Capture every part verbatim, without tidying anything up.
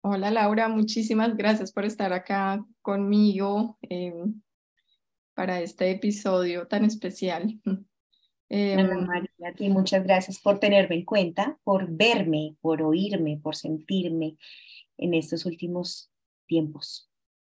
Hola Laura, muchísimas gracias por estar acá conmigo eh, para este episodio tan especial. Ana Em, María, a ti muchas gracias por tenerme en cuenta, por verme, por oírme, por sentirme en estos últimos tiempos.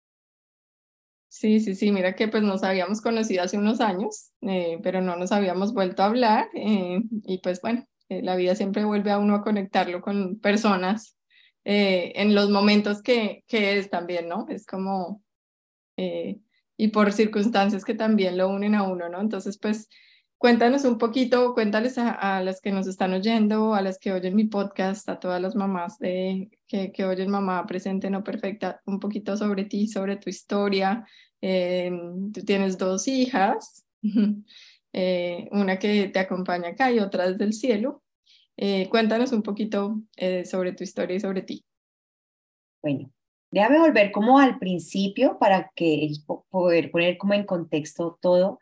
sí, sí, sí, mira que pues nos habíamos conocido hace unos años, eh, pero no nos habíamos vuelto a hablar eh, y pues bueno, eh, la vida siempre vuelve a uno a conectarlo con personas eh, en los momentos que, que es también, ¿no? Es como, eh, y por circunstancias que también lo unen a uno, ¿no? Entonces, pues cuéntanos un poquito, cuéntales a, a las que nos están oyendo, a las que oyen mi podcast, a todas las mamás de, que, que oyen Mamá Presente No Perfecta, un poquito sobre ti, sobre tu historia. Eh, Tú tienes dos hijas, eh, una que te acompaña acá y otra desde el cielo. Eh, cuéntanos un poquito eh, sobre tu historia y sobre ti. Bueno, déjame volver como al principio para que po- poder poner como en contexto todo.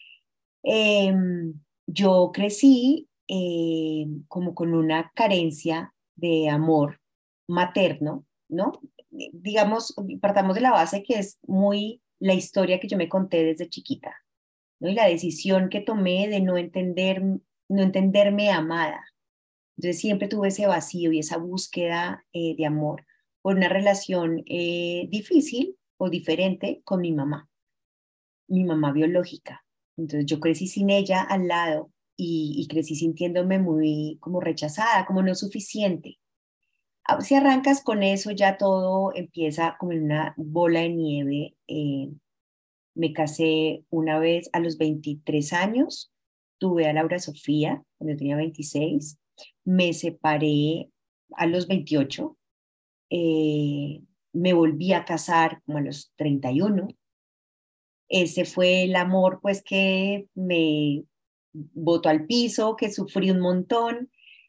Em, yo crecí eh, como con una carencia de amor materno, ¿no? Eh, Digamos, partamos de la base que es muy la historia que yo me conté desde chiquita, ¿no? Y la decisión que tomé de no entender, no entenderme amada. Entonces siempre tuve ese vacío y esa búsqueda eh, de amor por una relación eh, difícil o diferente con mi mamá, mi mamá biológica. Entonces yo crecí sin ella al lado y, y crecí sintiéndome muy como rechazada, como no suficiente. Ah, si arrancas con eso, ya todo empieza como en una bola de nieve. eh, Me casé una vez a los veintitrés años, tuve a Laura Sofía cuando tenía veintiséis, me separé a los veintiocho, eh, me volví a casar como a los treinta y uno. Ese fue el amor pues que me botó al piso, que sufrí un montón.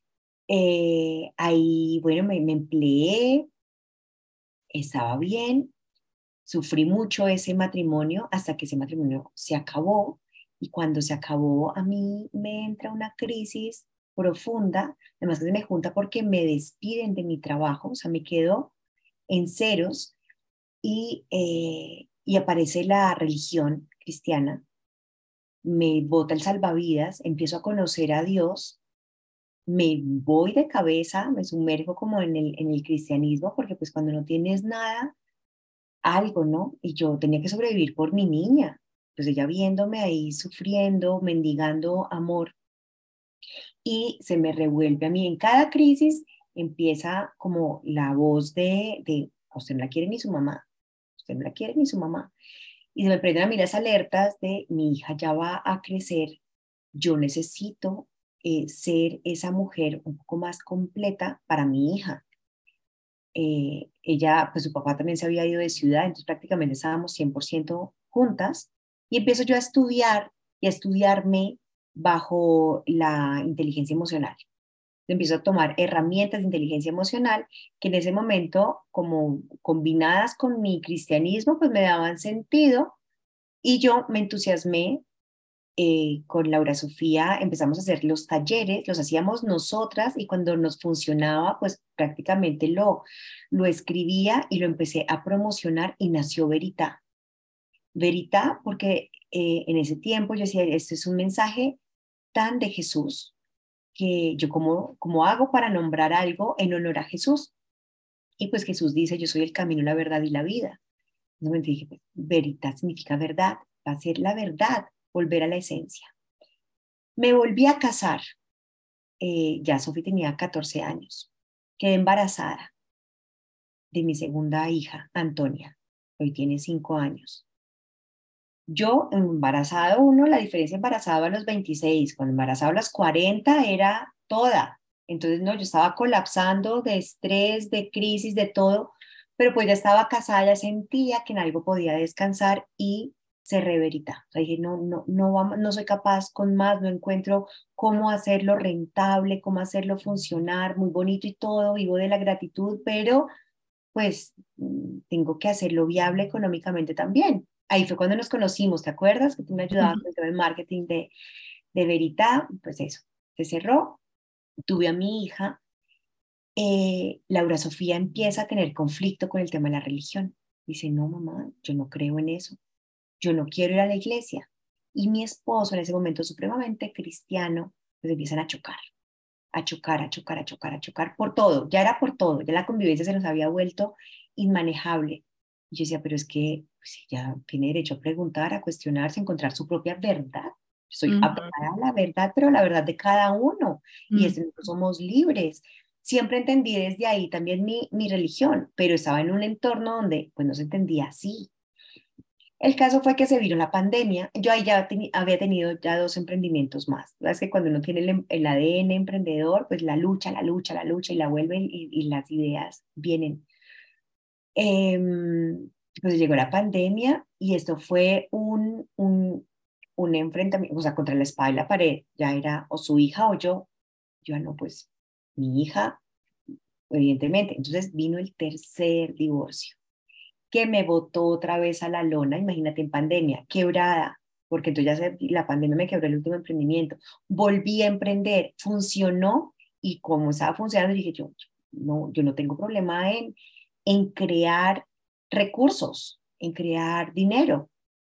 Eh, ahí, bueno, me, me empleé, estaba bien. Sufrí mucho ese matrimonio hasta que ese matrimonio se acabó, y cuando se acabó a mí me entra una crisis profunda, además que se me junta porque me despiden de mi trabajo, o sea, me quedo en ceros, y, eh, y aparece la religión cristiana, me bota el salvavidas, empiezo a conocer a Dios, me voy de cabeza, me sumerjo como en el, en el cristianismo, porque pues cuando no tienes nada, algo, ¿no? Y yo tenía que sobrevivir por mi niña, pues ella viéndome ahí sufriendo, mendigando amor, y se me revuelve a mí. En cada crisis empieza como la voz de, de "A usted no la quiere ni su mamá, usted no la quiere ni su mamá". Y se me prenden a mí las alertas de mi hija ya va a crecer, yo necesito eh, ser esa mujer un poco más completa para mi hija. Eh, ella, pues su papá también se había ido de ciudad, entonces prácticamente estábamos cien por ciento juntas, y empiezo yo a estudiar y a estudiarme bajo la inteligencia emocional. Empiezo a tomar herramientas de inteligencia emocional que en ese momento, como combinadas con mi cristianismo, pues me daban sentido, y yo me entusiasmé. Eh, con Laura Sofía empezamos a hacer los talleres, los hacíamos nosotras, y cuando nos funcionaba, pues prácticamente lo, lo escribía y lo empecé a promocionar, y nació Verita. Verita porque eh, en ese tiempo yo decía, este es un mensaje tan de Jesús, que yo como, como hago para nombrar algo en honor a Jesús. Y pues Jesús dice, yo soy el camino, la verdad y la vida. Entonces me dije, pues, Verita significa verdad, va a ser la verdad, volver a la esencia. Me volví a casar. Eh, ya Sofi tenía catorce años. Quedé embarazada de mi segunda hija, Antonia. Hoy tiene cinco años. Yo, embarazada uno, la diferencia embarazada a los veintiséis, cuando embarazada a los cuarenta era toda. Entonces, no, yo estaba colapsando de estrés, de crisis, de todo, pero pues ya estaba casada, ya sentía que en algo podía descansar, y cerré Verita. O sea, dije, no, no, no, vamos, no soy capaz con más, no encuentro cómo hacerlo rentable, cómo hacerlo funcionar, muy bonito y todo, vivo de la gratitud, pero pues mm, tengo que hacerlo viable económicamente también. Ahí fue cuando nos conocimos, ¿te acuerdas? Que tú me ayudabas con el tema del marketing de, de Verita. Pues eso, se cerró, tuve a mi hija, eh, Laura Sofía empieza a tener conflicto con el tema de la religión. Dice, no, mamá, yo no creo en eso, yo no quiero ir a la iglesia. Y mi esposo, en ese momento supremamente cristiano, pues empiezan a chocar, a chocar, a chocar, a chocar, a chocar por todo. Ya era por todo, ya la convivencia se nos había vuelto inmanejable. Y yo decía, pero es que pues, ella tiene derecho a preguntar, a cuestionarse, a encontrar su propia verdad. Yo soy Ujú, apegada a la verdad, pero la verdad de cada uno. Y es, ujú, somos libres. Siempre entendí desde ahí también mi, mi religión, pero estaba en un entorno donde pues no se entendía así. El caso fue que se vino la pandemia. Yo ahí ya teni- había tenido ya dos emprendimientos más. Es que cuando uno tiene el, em- el A D N emprendedor, pues la lucha, la lucha, la lucha y la vuelven y, y las ideas vienen. Em, pues llegó la pandemia y esto fue un, un, un enfrentamiento, o sea, contra la espada y la pared. Ya era o su hija o yo. Yo, "Ah, no, pues mi hija, evidentemente". Entonces vino el tercer divorcio que me botó otra vez a la lona, imagínate en pandemia, quebrada, porque entonces ya se- la pandemia me quebró el último emprendimiento. Volví a emprender, funcionó y como estaba funcionando, dije yo, no, yo no tengo problema en, en crear recursos, en crear dinero.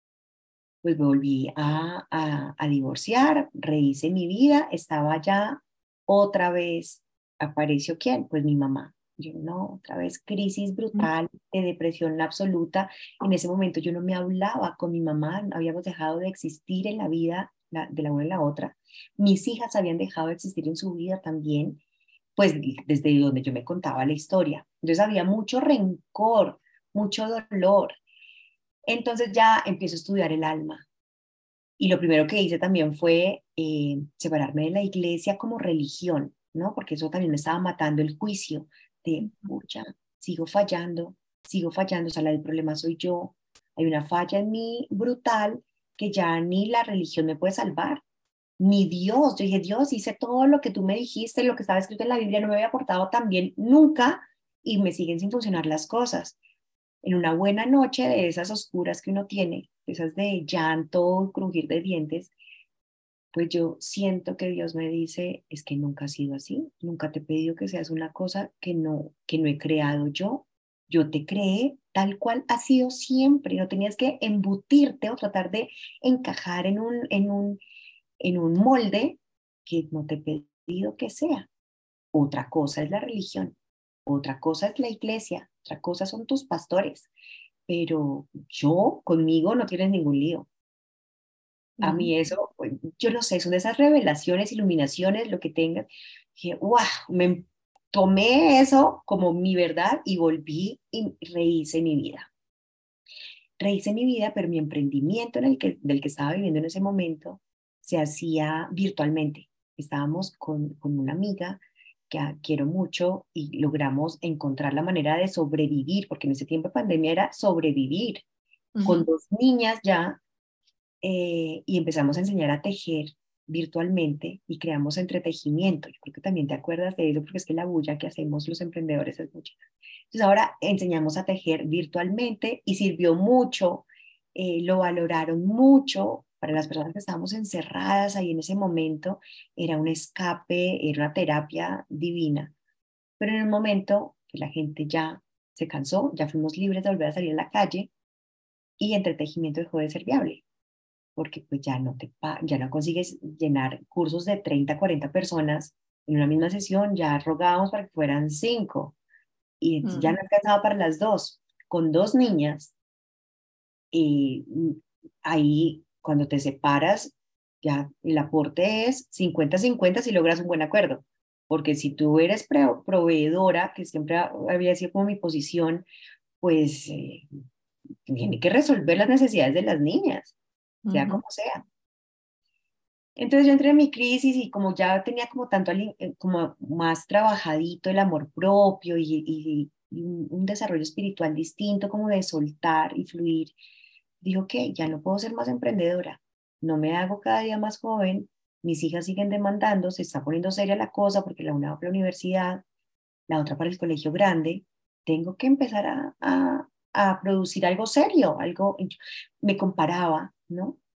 Pues me volví a, a, a divorciar, rehice mi vida, estaba ya otra vez, ¿apareció quién? Pues mi mamá. Yo no, otra vez crisis brutal de depresión absoluta. En ese momento yo no me hablaba con mi mamá, habíamos dejado de existir en la vida la- de la una en la otra. Mis hijas habían dejado de existir en su vida también, pues desde donde yo me contaba la historia. Entonces había mucho rencor, mucho dolor. Entonces ya empiezo a estudiar el alma y lo primero que hice también fue eh, separarme de la iglesia como religión, ¿no? Porque eso también me estaba matando el juicio de, pucha, sigo fallando, sigo fallando, o sea, la del problema soy yo. Hay una falla en mí brutal que ya ni la religión me puede salvar, ni Dios. Yo dije, Dios, hice todo lo que tú me dijiste, lo que estaba escrito en la Biblia, no me había aportado tan bien nunca y me siguen sin funcionar las cosas. En una buena noche de esas oscuras que uno tiene, esas de llanto, crujir de dientes, pues yo siento que Dios me dice, es que nunca ha sido así, nunca te he pedido que seas una cosa que no, que no he creado yo. Yo te creé tal cual ha sido siempre, no tenías que embutirte o tratar de encajar en un, en un, en un molde que no te he pedido que sea. Otra cosa es la religión, otra cosa es la iglesia, otra cosa son tus pastores, pero yo conmigo no tienes ningún lío. A ujú. mí eso, pues, yo no sé, son de esas revelaciones, iluminaciones, lo que tengas. Dije, wow, me tomé eso como mi verdad y volví y rehice mi vida. Rehice mi vida, pero mi emprendimiento en el que, del que estaba viviendo en ese momento se hacía virtualmente. Estábamos con, con una amiga que a- quiero mucho y logramos encontrar la manera de sobrevivir, porque en ese tiempo de pandemia era sobrevivir, con Ujú. dos niñas ya, eh, y empezamos a enseñar a tejer virtualmente y creamos entretejimiento. Yo creo que también te acuerdas de eso porque es que la bulla que hacemos los emprendedores es mucha. Entonces ahora enseñamos a tejer virtualmente y sirvió mucho, eh, lo valoraron mucho para las personas que estábamos encerradas ahí en ese momento. Era un escape, era una terapia divina. Pero en el momento que la gente ya se cansó, ya fuimos libres de volver a salir a la calle y entretejimiento dejó de ser viable porque pues ya no te pa- ya no consigues llenar cursos de treinta cuarenta personas en una misma sesión, ya rogábamos para que fueran cinco y ya Mm. no alcanzaba para las dos, con dos niñas, y mm, ahí cuando te separas, ya el aporte es cincuenta cincuenta si logras un buen acuerdo, porque si tú eres pre- proveedora, que siempre ha- había sido como mi posición, pues eh, tiene que resolver las necesidades de las niñas, sea Ujú. como sea. Entonces yo entré en mi crisis y como ya tenía como tanto, ali- eh, como más trabajadito el amor propio y, y- y un, un desarrollo espiritual distinto, como de soltar y fluir, dijo que ya no puedo ser más emprendedora, no me hago cada día más joven, mis hijas siguen demandando, se está poniendo seria la cosa porque la una va para la universidad, la otra para el colegio grande, tengo que empezar a, a, a producir algo serio, algo, me comparaba, ¿no?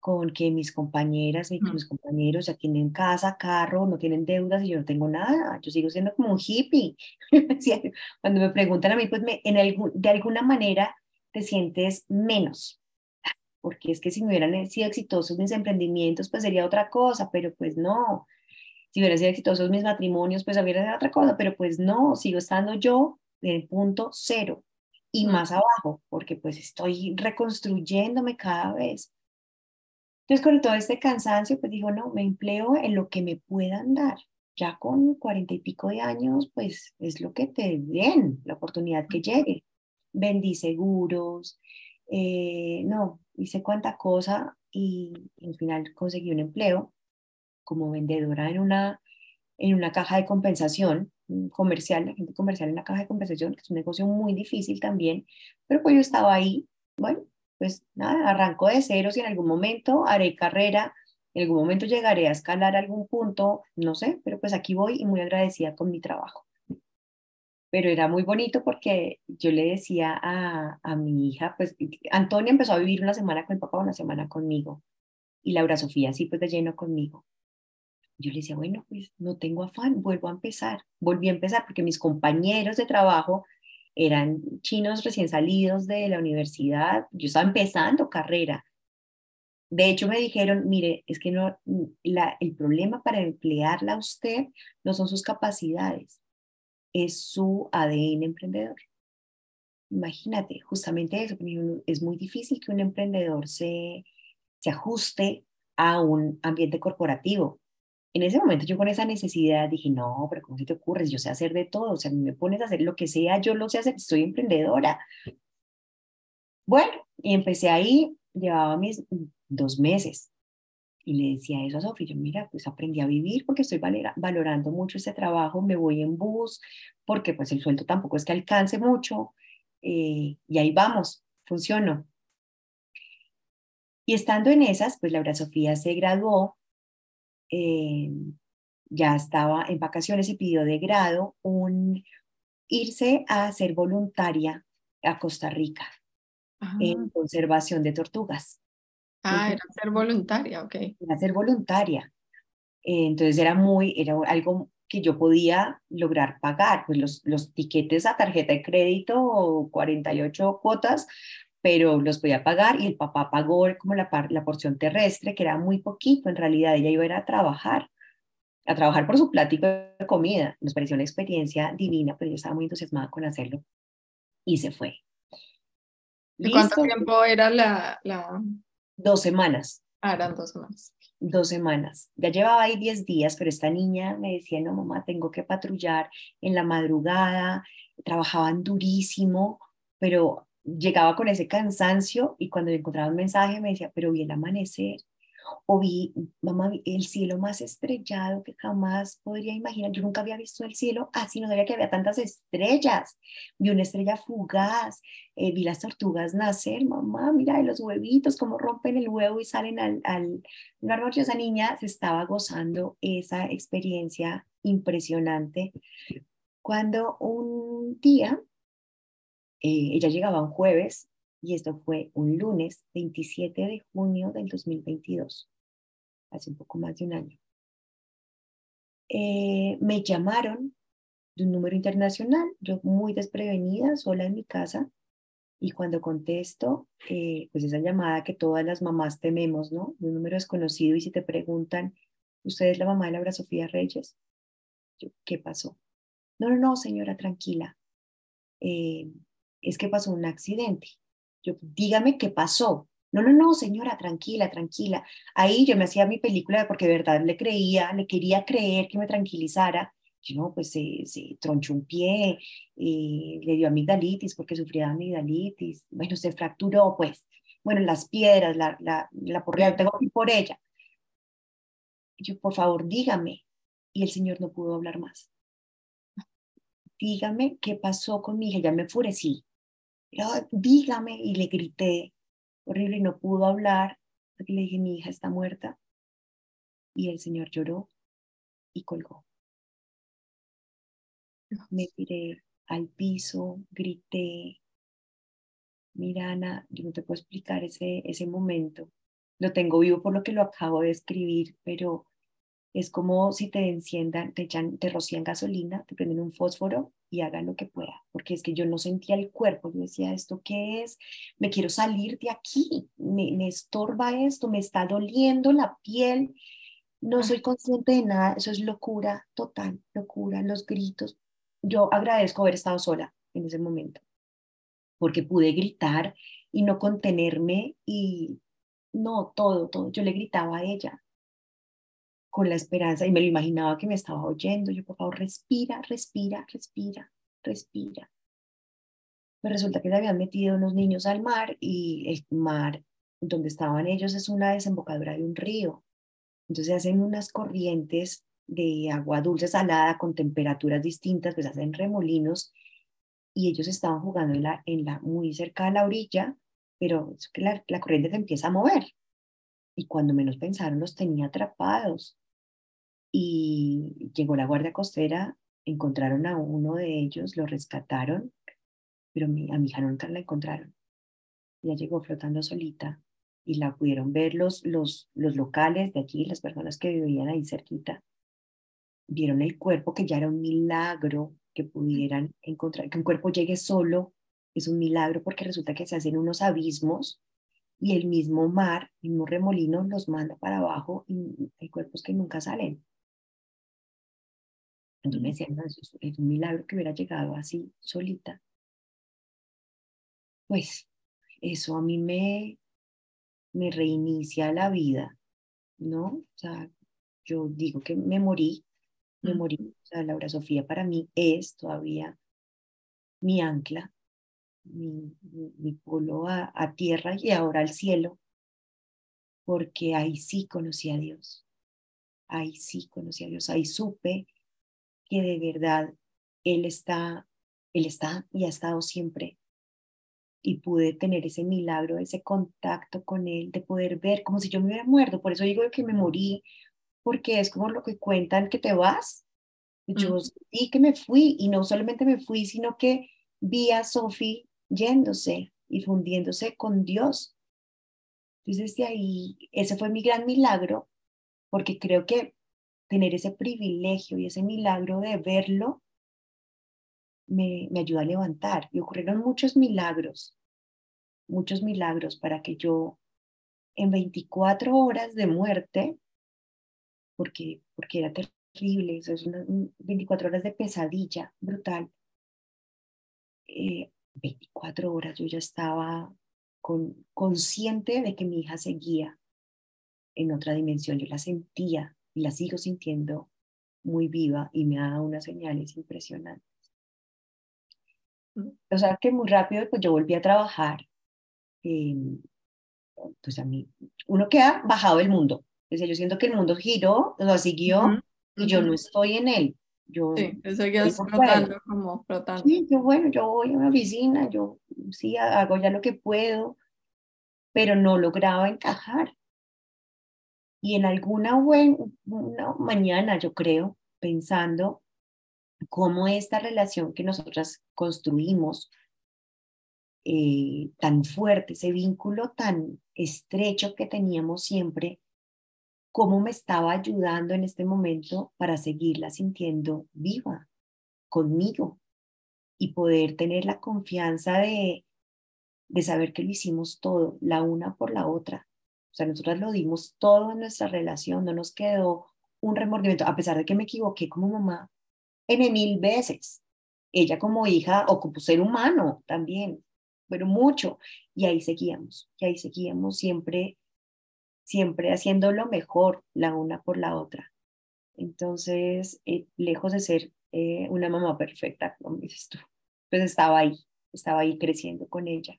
con que mis compañeras y que Mm. mis compañeros ya tienen casa, carro, no tienen deudas y yo no tengo nada. Yo sigo siendo como un hippie. Sí, cuando me preguntan a mí, pues me, en algún, de alguna manera te sientes menos, porque es que si me hubieran sido exitosos mis emprendimientos, pues sería otra cosa, pero pues no. Si hubieran sido exitosos mis matrimonios, pues hubiera sido otra cosa, pero pues no, sigo estando yo en el punto cero y Mm. más abajo, porque pues estoy reconstruyéndome cada vez. Entonces, con todo este cansancio, pues digo, no, me empleo en lo que me puedan dar. Ya con cuarenta y pico de años, pues es lo que te den, la oportunidad que llegue. Vendí seguros, eh, no, hice cuánta cosa y, y al final conseguí un empleo como vendedora en una, en una caja de compensación mm, comercial, la gente comercial en la caja de compensación, que es un negocio muy difícil también, pero pues yo estaba ahí, bueno, pues nada, arranco de ceros y en algún momento haré carrera, en algún momento llegaré a escalar algún punto, no sé, pero pues aquí voy y muy agradecida con mi trabajo. Pero era muy bonito porque yo le decía a, a mi hija, pues Antonia empezó a vivir una semana con el papá, una semana conmigo, y Laura Sofía sí, pues de lleno conmigo. Yo le decía, bueno, pues no tengo afán, vuelvo a empezar. Volví a empezar porque mis compañeros de trabajo eran chinos recién salidos de la universidad. Yo estaba empezando carrera. De hecho, me dijeron, mire, es que no, la, el problema para emplearla a usted no son sus capacidades, es su A D N emprendedor. Imagínate, justamente eso, porque uno- es muy difícil que un emprendedor se, se ajuste a un ambiente corporativo. En ese momento yo con esa necesidad dije, no, pero ¿cómo se te ocurre? Yo sé hacer de todo, o sea, me pones a hacer lo que sea, yo lo sé hacer, soy emprendedora. Bueno, y empecé ahí, llevaba mis dos meses y le decía eso a Sofía, yo, mira, pues aprendí a vivir porque estoy valera- valorando mucho este trabajo, me voy en bus, porque pues el sueldo tampoco es que alcance mucho, eh, y ahí vamos, funcionó. Y estando en esas, pues Laura Sofía se graduó, eh, ya estaba en vacaciones y pidió de grado un irse a ser voluntaria a Costa Rica Ah, en conservación de tortugas. ah, Entonces, era ser voluntaria, ok. iba a ser voluntaria. Eh, entonces era muy, era algo que yo podía lograr pagar, pues los, los tiquetes a tarjeta de crédito, cuarenta y ocho cuotas, pero los podía pagar y el papá pagó como la, par- la porción terrestre, que era muy poquito, en realidad ella iba a ir a trabajar, a trabajar por su plático de comida. Nos pareció una experiencia divina, pero yo estaba muy entusiasmada con hacerlo y se fue. ¿Y cuánto Listo, tiempo era la, la... dos semanas. Ah, eran dos semanas. Dos semanas. Ya llevaba ahí diez días, pero esta niña me decía, no, mamá, tengo que patrullar en la madrugada. Trabajaban durísimo, pero llegaba con ese cansancio y cuando le encontraba un mensaje me decía, pero vi el amanecer o vi, mamá, vi el cielo más estrellado que jamás podría imaginar. Yo nunca había visto el cielo así, no sabía que había tantas estrellas. Vi una estrella fugaz, eh, vi las tortugas nacer, mamá, mira, de los huevitos, cómo rompen el huevo y salen al, al árbol. Esa niña se estaba gozando esa experiencia impresionante cuando un día, eh, ella llegaba un jueves y esto fue un lunes veintisiete de junio del dos mil veintidós, hace un poco más de un año. Eh, me llamaron de un número internacional, yo muy desprevenida, sola en mi casa, y cuando contesto, eh, pues esa llamada que todas las mamás tememos, ¿no? De un número desconocido y si te preguntan, ¿usted es la mamá de Laura Sofía Reyes? Yo, ¿qué pasó? No, no, no, señora, tranquila. Eh, es que pasó un accidente. Yo, dígame qué pasó. No, no, no, señora, tranquila, tranquila. Ahí yo me hacía mi película porque de verdad le creía, le quería creer que me tranquilizara. Yo, no, pues se, se tronchó un pie, eh, le dio amigdalitis porque sufría de amigdalitis. Bueno, se fracturó, pues. Bueno, las piedras, la, la, la porrea, Sí. tengo que ir por ella. Yo, por favor, dígame. Y el señor no pudo hablar más. Dígame qué pasó con mi hija. Ya me enfurecí. "Ah, dígame", y le grité horrible y no pudo hablar, porque le dije, mi hija está muerta, y el señor lloró y colgó. Me tiré al piso, grité, mira, Ana, yo no te puedo explicar ese, ese momento. lo tengo vivo por lo que lo acabo de escribir, pero es como si te enciendan, te echan, te rocían gasolina, te prenden un fósforo y hagan lo que pueda, porque es que yo no sentía el cuerpo, yo decía, ¿esto qué es? Me quiero salir de aquí, me, me estorba esto, me está doliendo la piel, no Ah, soy consciente de nada, eso es locura, total, locura, los gritos. Yo agradezco haber estado sola en ese momento, porque pude gritar y no contenerme y no, todo, todo, yo le gritaba a ella con la esperanza y me lo imaginaba que me estaba oyendo. Yo, por favor, respira, respira, respira, respira. Pues resulta que se habían metido unos niños al mar y el mar donde estaban ellos es una desembocadura de un río. Entonces hacen unas corrientes de agua dulce salada con temperaturas distintas, pues hacen remolinos y ellos estaban jugando en la, en la, muy cerca de la orilla, pero es que la, la corriente se empieza a mover y cuando menos pensaron los tenía atrapados. Y llegó la guardia costera, encontraron a uno de ellos, lo rescataron, pero mi, a mi hija nunca la encontraron. Ella llegó flotando solita y la pudieron ver los, los, los locales de allí, las personas que vivían ahí cerquita, vieron el cuerpo, que ya era un milagro que pudieran encontrar, que un cuerpo llegue solo, es un milagro porque resulta que se hacen unos abismos y el mismo mar, el mismo remolino los manda para abajo y hay cuerpos que nunca salen. Entonces me mm, decían, no, eso es, es un milagro que hubiera llegado así, solita. Pues eso a mí me, me reinicia la vida, ¿no? O sea, yo digo que me morí, me mm. morí. O sea, Laura Sofía para mí es todavía mi ancla, mi, mi, mi polo a, a tierra y ahora al cielo, porque ahí sí conocí a Dios, ahí sí conocí a Dios, ahí supe que de verdad Él está, Él está y ha estado siempre y pude tener ese milagro, ese contacto con él, de poder ver como si yo me hubiera muerto. Por eso digo que me morí, porque es como lo que cuentan que te vas. Yo Mm. sentí que me fui y no solamente me fui, sino que vi a Sophie yéndose y fundiéndose con Dios. Entonces, de ahí, ese fue mi gran milagro, porque creo que tener ese privilegio y ese milagro de verlo me, me ayuda a levantar. Y ocurrieron muchos milagros, muchos milagros para que yo en veinticuatro horas de muerte, porque, porque era terrible, eso es una, veinticuatro horas de pesadilla brutal, eh, veinticuatro horas yo ya estaba con, consciente de que mi hija seguía en otra dimensión, yo la sentía y la sigo sintiendo muy viva y me ha dado unas señales impresionantes. Mm. O sea que muy rápido pues yo volví a trabajar, eh, pues a mí, uno queda bajado del mundo. O sea, yo siento que el mundo giró, o sea, Ujú, siguió y yo ujú. no estoy en él. Yo Sí, te voy seguías por fuera. flotando, como flotando. Sí, yo bueno, yo voy a una oficina, yo sí hago ya lo que puedo, pero no lograba encajar. Y en alguna buena mañana, yo creo, pensando cómo esta relación que nosotras construimos, eh, tan fuerte, ese vínculo tan estrecho que teníamos siempre, cómo me estaba ayudando en este momento para seguirla sintiendo viva conmigo y poder tener la confianza de, de saber que lo hicimos todo, la una por la otra. O sea, nosotras lo dimos todo en nuestra relación, no nos quedó un remordimiento, a pesar de que me equivoqué como mamá N mil veces. Ella como hija o como ser humano también, pero mucho. Y ahí seguíamos, y ahí seguíamos siempre, siempre haciendo lo mejor la una por la otra. Entonces, eh, lejos de ser eh, una mamá perfecta, como dices tú, pues estaba ahí, estaba ahí creciendo con ella.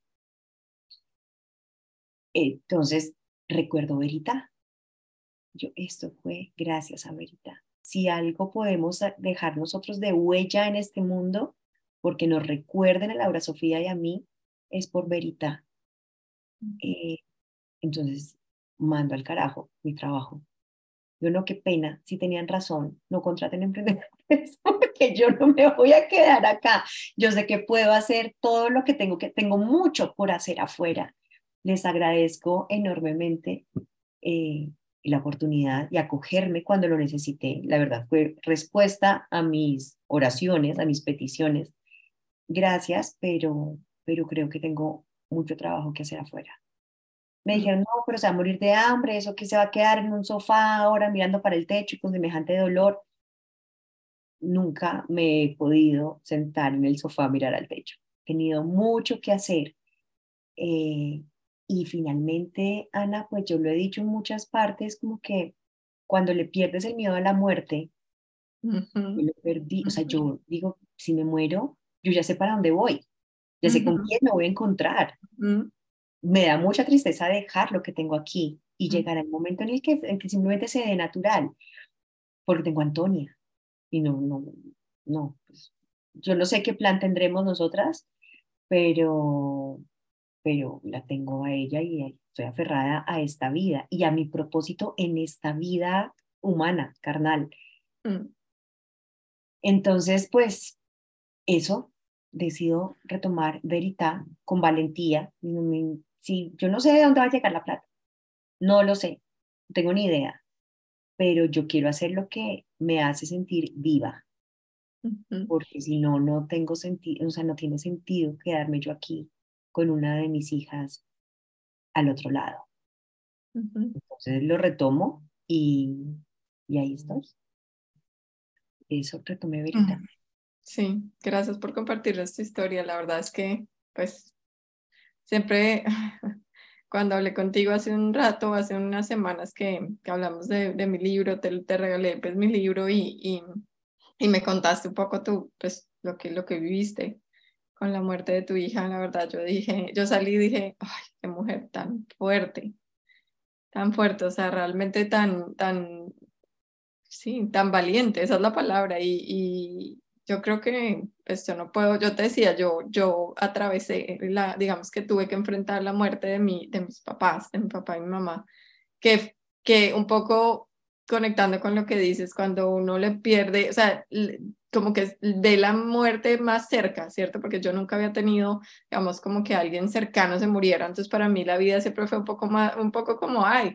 Entonces, recuerdo Verita, yo, esto fue gracias a Verita. Si algo podemos a- dejar nosotros de huella en este mundo, porque nos recuerden a Laura Sofía y a mí, es por Verita. Eh, entonces, mando al carajo mi trabajo. Yo no, qué pena, si tenían razón, no contraten emprendedores, porque yo no me voy a quedar acá. Yo sé que puedo hacer todo lo que tengo, que tengo mucho por hacer afuera. Les agradezco enormemente eh, la oportunidad y acogerme cuando lo necesité. La verdad fue respuesta a mis oraciones, a mis peticiones. Gracias, pero, pero creo que tengo mucho trabajo que hacer afuera. Me Mm, dijeron, no, pero se va a morir de hambre, eso que se va a quedar en un sofá ahora mirando para el techo y con semejante dolor. Nunca me he podido sentar en el sofá a mirar al techo. He tenido mucho que hacer. eh, y finalmente, Ana, pues yo lo he dicho en muchas partes, como que cuando le pierdes el miedo a la muerte, yo ujú, lo perdí, o sea, ujú, yo digo, si me muero, yo ya sé para dónde voy, ya sé con ujú, quién me voy a encontrar. ujú, Me da mucha tristeza dejar lo que tengo aquí y ujú. llegar al momento en el que, en que simplemente se dé natural, porque tengo a Antonia y no, no, no, pues, yo no sé qué plan tendremos nosotras, pero, pero la tengo a ella y estoy aferrada a esta vida y a mi propósito en esta vida humana, carnal. Mm, Entonces, pues eso, decido retomar Verita con valentía. No me- Sí, yo no sé de dónde va a llegar la plata, no lo sé, no tengo ni idea, pero yo quiero hacer lo que me hace sentir viva, ujú, porque si no, no tengo sentido, o sea, no tiene sentido quedarme yo aquí con una de mis hijas al otro lado. ujú. Entonces lo retomo y, y ahí estoy. Eso retomé Verita. Mm, sí, gracias por compartir esta historia. La verdad es que, pues, siempre cuando hablé contigo hace un rato, hace unas semanas que, que hablamos de, de mi libro, te, te regalé pues mi libro y, y, y me contaste un poco tú, pues, lo que, lo que viviste con la muerte de tu hija. La verdad, yo dije, yo salí y dije, ay, qué mujer tan fuerte, tan fuerte, o sea, realmente tan, tan, sí, tan valiente, esa es la palabra. Y, y yo creo que, pues yo no puedo, yo te decía, yo, yo atravesé la, digamos que tuve que enfrentar la muerte de mi, de mis papás, de mi papá y mi mamá, que, que un poco conectando con lo que dices, cuando uno le pierde, o sea, le- como que ve la muerte más cerca, ¿cierto? Porque yo nunca había tenido, digamos, como que alguien cercano se muriera, entonces para mí la vida siempre fue un poco más, un poco como, ay,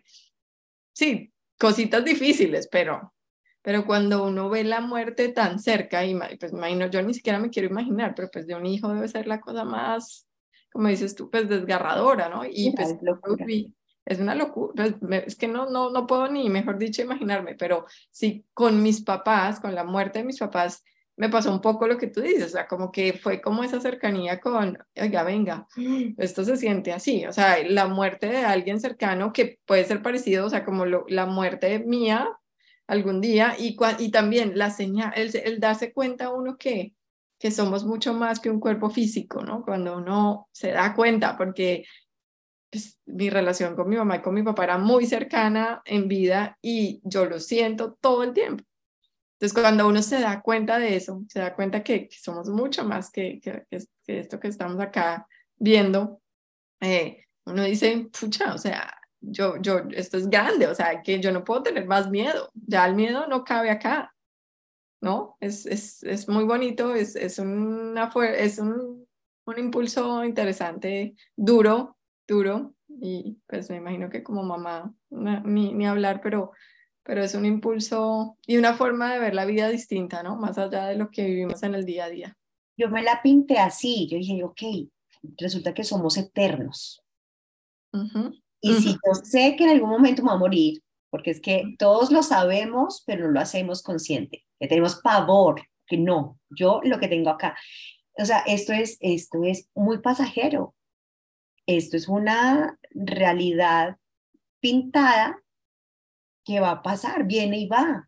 sí, cositas difíciles, pero, pero cuando uno ve la muerte tan cerca, y ma- pues me imagino, yo ni siquiera me quiero imaginar, pero pues de un hijo debe ser la cosa más, como dices tú, pues desgarradora, ¿no? Y Mira, pues es locura. uy, es una locura, pues, me- es que no, no, no puedo ni, mejor dicho, imaginarme, pero sí, con mis papás, con la muerte de mis papás, me pasó un poco lo que tú dices, o sea, como que fue como esa cercanía con, oiga, venga, esto se siente así, o sea, la muerte de alguien cercano que puede ser parecido, o sea, como lo- la muerte mía algún día, y, cua- y también la señal, el, el darse cuenta uno que, que somos mucho más que un cuerpo físico, ¿no? Cuando uno se da cuenta, porque pues, mi relación con mi mamá y con mi papá era muy cercana en vida y yo lo siento todo el tiempo. Entonces, cuando uno se da cuenta de eso, se da cuenta que, que somos mucho más que, que, que esto que estamos acá viendo, eh, uno dice, pucha, o sea, yo, yo, esto es grande, o sea, que yo no puedo tener más miedo, ya el miedo no cabe acá, ¿no? Es, es, es muy bonito, es, es, una, es un, un impulso interesante, duro, duro, y pues me imagino que como mamá, na- ni, ni hablar, pero, pero es un impulso y una forma de ver la vida distinta, ¿no? Más allá de lo que vivimos en el día a día. Yo me la pinté así, yo dije, ok, resulta que somos eternos. Ujú, Y ujú, si yo sé que en algún momento me voy a morir, porque es que todos lo sabemos, pero no lo hacemos consciente, que tenemos pavor, que no, yo lo que tengo acá. O sea, esto es, esto es muy pasajero, esto es una realidad pintada que va a pasar, viene y va.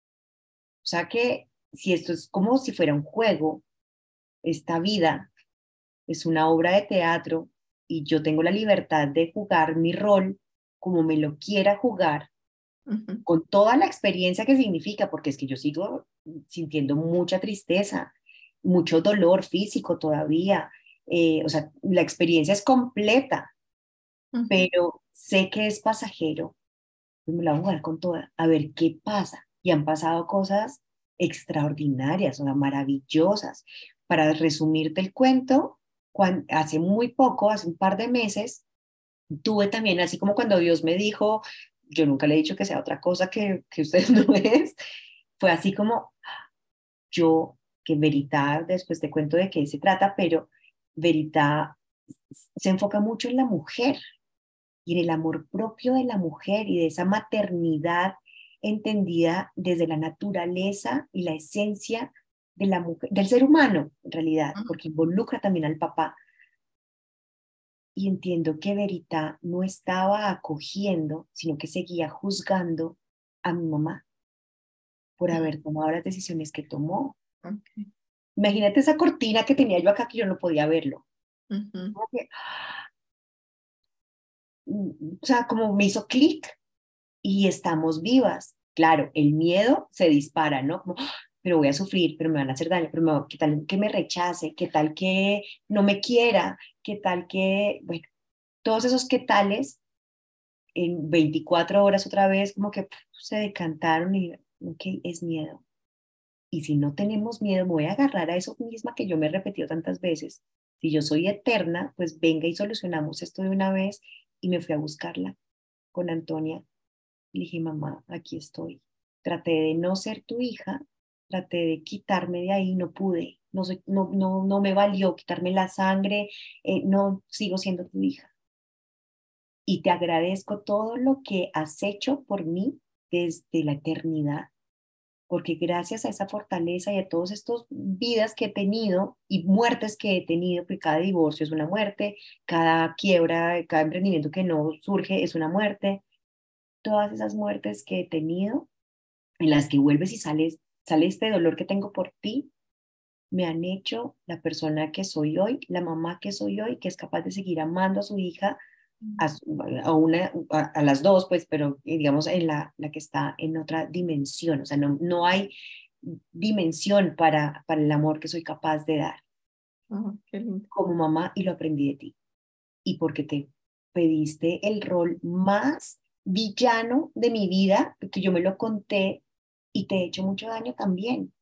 O sea que si esto es como si fuera un juego, esta vida es una obra de teatro y yo tengo la libertad de jugar mi rol como me lo quiera jugar, ujú, con toda la experiencia que significa, porque es que yo sigo sintiendo mucha tristeza, mucho dolor físico todavía. Eh, o sea, la experiencia es completa, ujú, pero sé que es pasajero, pues me la voy a jugar con toda, a ver qué pasa. Y han pasado cosas extraordinarias, o sea, maravillosas. Para resumirte el cuento, cuan- hace muy poco, hace un par de meses, tuve también, así como cuando Dios me dijo, yo nunca le he dicho que sea otra cosa que, que usted no es. Fue así como yo, que Verita, después te cuento de qué se trata, pero Verita se enfoca mucho en la mujer y en el amor propio de la mujer y de esa maternidad entendida desde la naturaleza y la esencia de la mujer, del ser humano, en realidad, porque involucra también al papá. Y entiendo que Verita no estaba acogiendo, sino que seguía juzgando a mi mamá por haber tomado las decisiones que tomó. Okay. Imagínate esa cortina que tenía yo acá que yo no podía verlo. Uh-huh. Como que, o sea, como me hizo clic y estamos vivas. Claro, el miedo se dispara, ¿no? Como, ¡ah! Pero voy a sufrir, pero me van a hacer daño, pero me, ¿qué tal que me rechace? ¿Qué tal que no me quiera? ¿Qué tal que, bueno, todos esos qué tales en veinticuatro horas otra vez como que puf, se decantaron y, ok, es miedo. Y si no tenemos miedo, me voy a agarrar a eso misma que yo me he repetido tantas veces. Si yo soy eterna, pues venga y solucionamos esto de una vez. Y me fui a buscarla con Antonia. Le dije, mamá, aquí estoy. Traté de no ser tu hija, traté de quitarme de ahí, no pude. No, soy, no, no, no me valió quitarme la sangre, eh, no sigo siendo tu hija. Y te agradezco todo lo que has hecho por mí desde la eternidad, porque gracias a esa fortaleza y a todas estas vidas que he tenido y muertes que he tenido, porque cada divorcio es una muerte, cada quiebra, cada emprendimiento que no surge es una muerte, todas esas muertes que he tenido, en las que vuelves y sales, sale este dolor que tengo por ti, me han hecho la persona que soy hoy, la mamá que soy hoy, que es capaz de seguir amando a su hija, a, a una, a, a, las dos, pues, pero digamos en la, la que está en otra dimensión, o sea, no, no hay dimensión para, para el amor que soy capaz de dar Oh, qué lindo. como mamá y lo aprendí de ti. Y porque te pediste el rol más villano de mi vida, porque yo me lo conté y te he hecho mucho daño también.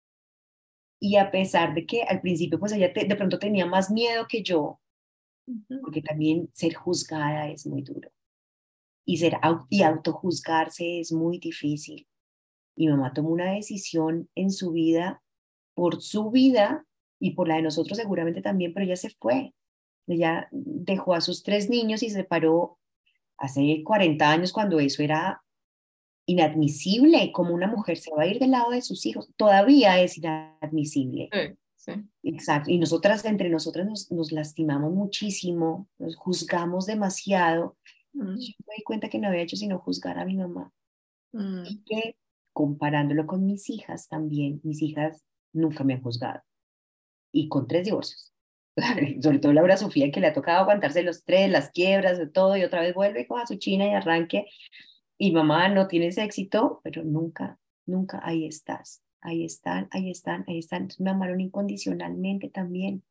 Y a pesar de que al principio pues ella te, de pronto tenía más miedo que yo, Uh-huh. porque también ser juzgada es muy duro. Y, ser, y autojuzgarse es muy difícil. Mi mamá tomó una decisión en su vida, por su vida y por la de nosotros seguramente también, pero ella se fue. Ella dejó a sus tres niños y se separó hace cuarenta años cuando eso era inadmisible, como una mujer se va a ir del lado de sus hijos. Todavía es inadmisible. Sí, sí. Exacto. Y nosotras, entre nosotras, nos, nos lastimamos muchísimo, nos juzgamos demasiado. Mm, Yo me di cuenta que no había hecho sino juzgar a mi mamá. mm, Y que comparándolo con mis hijas también, mis hijas nunca me han juzgado. Y con tres divorcios. Sobre todo Laura Sofía, que le ha tocado aguantarse los tres, las quiebras, de todo, y otra vez vuelve, coja su china y arranque. Y mamá, no tienes éxito, pero nunca, nunca, ahí estás. Ahí están, ahí están, ahí están. Entonces me amaron incondicionalmente también.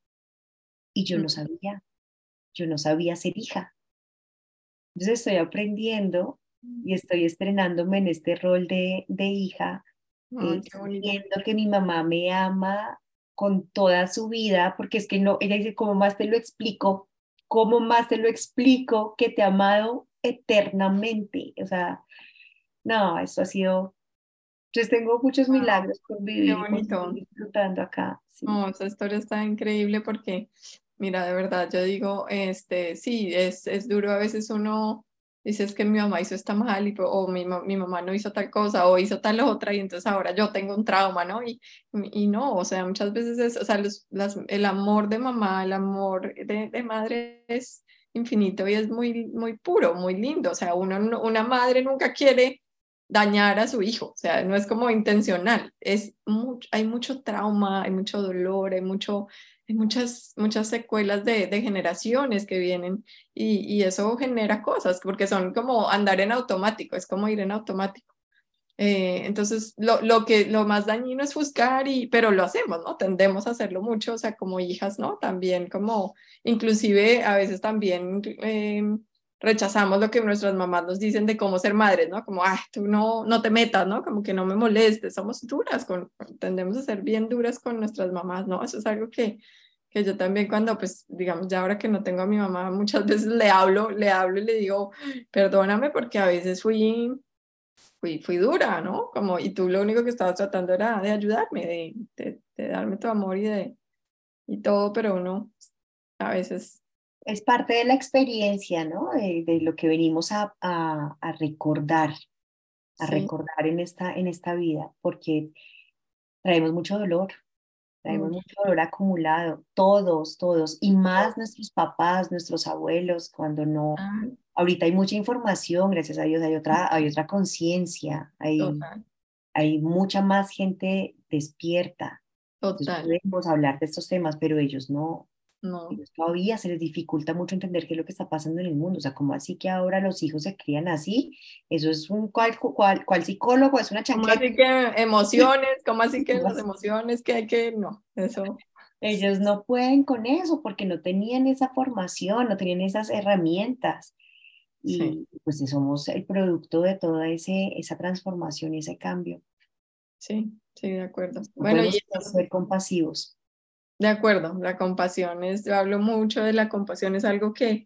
Y yo mm. no sabía, yo no sabía ser hija. Entonces estoy aprendiendo y estoy estrenándome en este rol de, de hija, Ay, eh, qué bonito. sintiendo que mi mamá me ama con toda su vida, porque es que no, ella dice, ¿cómo más te lo explico? ¿Cómo más te lo explico que te ha amado eternamente? O sea, no, eso ha sido, entonces tengo muchos Ah, milagros por qué vivir, por seguir bonito. disfrutando acá. Sí, No, esa historia está increíble porque, mira, de verdad, yo digo, este, sí, es, es duro a veces uno dice es que mi mamá hizo esta mal y, o mi, ma- mi mamá no hizo tal cosa o hizo tal otra y entonces ahora yo tengo un trauma, ¿no? Y, y no, o sea, muchas veces es, o sea, los- las, el amor de mamá, el amor de, de madre es infinito y es muy, muy puro, muy lindo, o sea, uno, no- una madre nunca quiere dañar a su hijo, o sea, no es como intencional, es mucho, hay mucho trauma, hay mucho dolor, hay mucho, hay muchas, muchas secuelas de, de generaciones que vienen y, y eso genera cosas, porque son como andar en automático, es como ir en automático. Eh, entonces, lo, lo que lo más dañino es juzgar, y, pero lo hacemos, ¿no? Tendemos a hacerlo mucho, o sea, como hijas, ¿no? También como, inclusive a veces también eh, rechazamos lo que nuestras mamás nos dicen de cómo ser madres, ¿no? Como, ah, tú no, no te metas, ¿no? Como que no me molestes, somos duras, con, tendemos a ser bien duras con nuestras mamás, ¿no? Eso es algo que, que yo también cuando, pues, digamos, ya ahora que no tengo a mi mamá, muchas veces le hablo, le hablo y le digo, perdóname porque a veces fui, fui, fui dura, ¿no? Como, y tú lo único que estabas tratando era de ayudarme, de, de, de darme tu amor y de, y todo, pero uno a veces, Es parte de la experiencia, ¿no? De, de lo que venimos a, a, a recordar, a sí, recordar en esta, en esta vida, porque traemos mucho dolor, traemos mucho. mucho dolor acumulado, todos, todos, y más nuestros papás, nuestros abuelos, cuando no, Ah, ahorita hay mucha información, gracias a Dios, hay otra, hay otra conciencia, hay, total, hay mucha más gente despierta. Entonces total, podemos hablar de estos temas, pero ellos no, no. ellos todavía se les dificulta mucho entender qué es lo que está pasando en el mundo. O sea, como así que ahora los hijos se crían así, eso es un cual, cual, cual psicólogo, es una ¿Cómo chancleta. así que emociones? ¿Cómo así que las emociones que hay que, no, eso, Ellos no pueden con eso porque no tenían esa formación, no tenían esas herramientas. sí, Y pues somos el producto de toda ese, esa transformación y ese cambio. sí, sí, de acuerdo. No Bueno, y podemos eso, ser compasivos. de acuerdo, la compasión es, yo hablo mucho de la compasión, es algo que,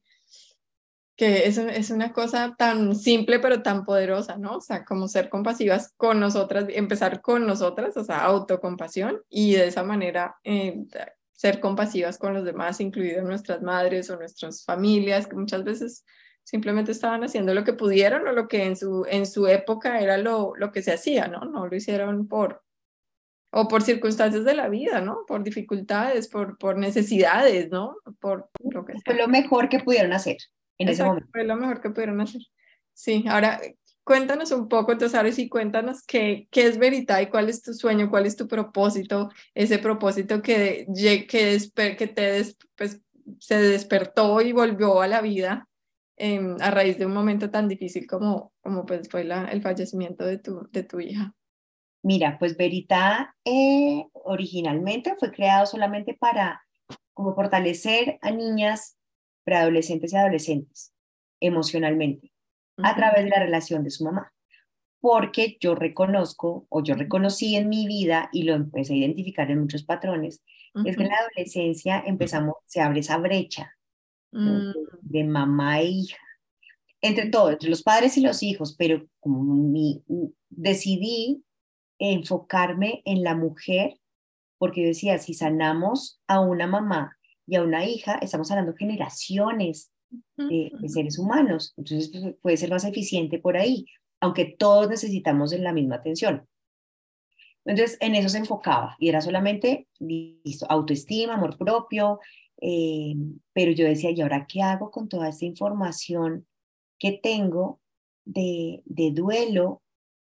que es, un- es una cosa tan simple pero tan poderosa, ¿no? O sea, como ser compasivas con nosotras, empezar con nosotras, o sea, autocompasión y de esa manera eh, ser compasivas con los demás, incluidas nuestras madres o nuestras familias, que muchas veces simplemente estaban haciendo lo que pudieron o lo que en su, en su época era lo, lo que se hacía, ¿no? No lo hicieron por, o por circunstancias de la vida, ¿no? Por dificultades, por, por necesidades, ¿no? Por lo que Fue sea. lo mejor que pudieron hacer en ese Exacto, momento. fue lo mejor que pudieron hacer. Sí, ahora cuéntanos un poco, entonces ahora sí cuéntanos qué, qué es Veritá y cuál es tu sueño, cuál es tu propósito, ese propósito que, lle- que, despe- que te des- pues, se despertó y volvió a la vida em, a raíz de un momento tan difícil como, como pues fue la, el fallecimiento de tu, de tu hija. Mira, pues Verita eh, originalmente fue creado solamente para como fortalecer a niñas, preadolescentes y adolescentes emocionalmente a Ujú, través de la relación de su mamá. Porque yo reconozco o yo reconocí en mi vida y lo empecé a identificar en muchos patrones, es que en ujú, la adolescencia empezamos, se abre esa brecha, ¿no? mm, de, de mamá e hija, entre todos, entre los padres y los hijos, pero como mi, decidí enfocarme en la mujer, porque yo decía, si sanamos a una mamá y a una hija, estamos hablando generaciones ujú, de, de seres humanos, entonces pues, puede ser más eficiente por ahí, aunque todos necesitamos en la misma atención. Entonces, en eso se enfocaba y era solamente, listo, autoestima, amor propio, eh, pero yo decía, ¿y ahora qué hago con toda esta información que tengo de, de duelo,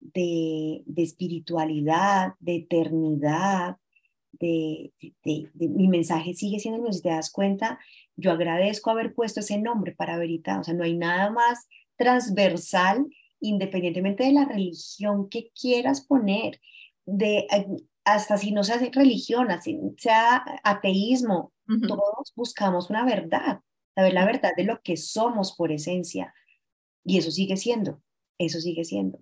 de, de espiritualidad, de eternidad? De, de, de- de- mi mensaje sigue siendo el mismo. Si te das cuenta, yo agradezco haber puesto ese nombre para Verita. O sea, no hay nada más transversal, independientemente de la religión que quieras poner, de, eh, hasta si no sea religión, así sea ateísmo, ujú, todos buscamos una verdad, saber la verdad de lo que somos por esencia. Y eso sigue siendo, eso sigue siendo.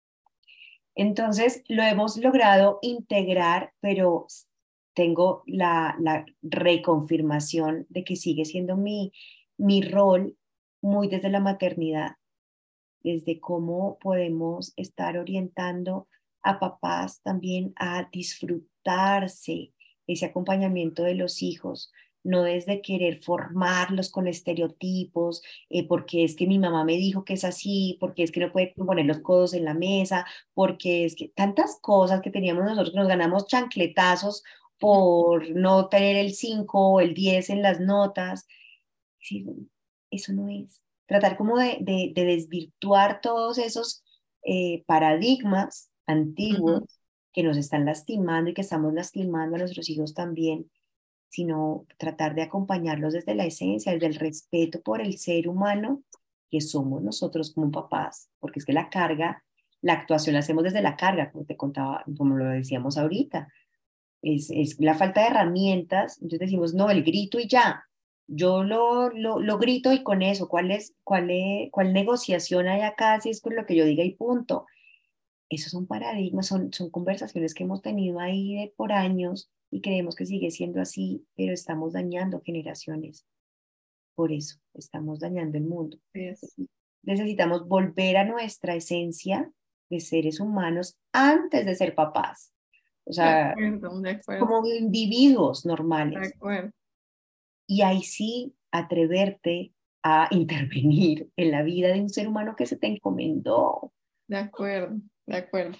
Entonces, lo hemos logrado integrar, pero tengo la, la reconfirmación de que sigue siendo mi, mi rol muy desde la maternidad, desde cómo podemos estar orientando a papás también a disfrutarse ese acompañamiento de los hijos, no desde querer formarlos con estereotipos, eh, porque es que mi mamá me dijo que es así, porque es que no puede poner los codos en la mesa, porque es que tantas cosas que teníamos nosotros que nos ganamos chancletazos por no tener el cinco o el diez en las notas. Sí, eso no es. Tratar como de, de, de desvirtuar todos esos eh, paradigmas ujú. antiguos que nos están lastimando y que estamos lastimando a nuestros hijos también, sino tratar de acompañarlos desde la esencia, desde el respeto por el ser humano que somos nosotros como papás, porque es que la carga, la actuación la hacemos desde la carga, como te contaba, como lo decíamos ahorita, es, es la falta de herramientas, entonces decimos, no, el grito y ya, yo lo, lo, lo grito y con eso, ¿cuál es, cuál es, cuál negociación hay acá? Si es con lo que yo diga y punto. Esos son paradigmas, son, son conversaciones que hemos tenido ahí de, por años y creemos que sigue siendo así, pero estamos dañando generaciones. Por eso estamos dañando el mundo. Es, Necesitamos volver a nuestra esencia de seres humanos antes de ser papás. O de sea, acuerdo, de acuerdo, como individuos de normales. acuerdo, Y ahí sí atreverte a intervenir en la vida de un ser humano que se te encomendó. de acuerdo, de acuerdo.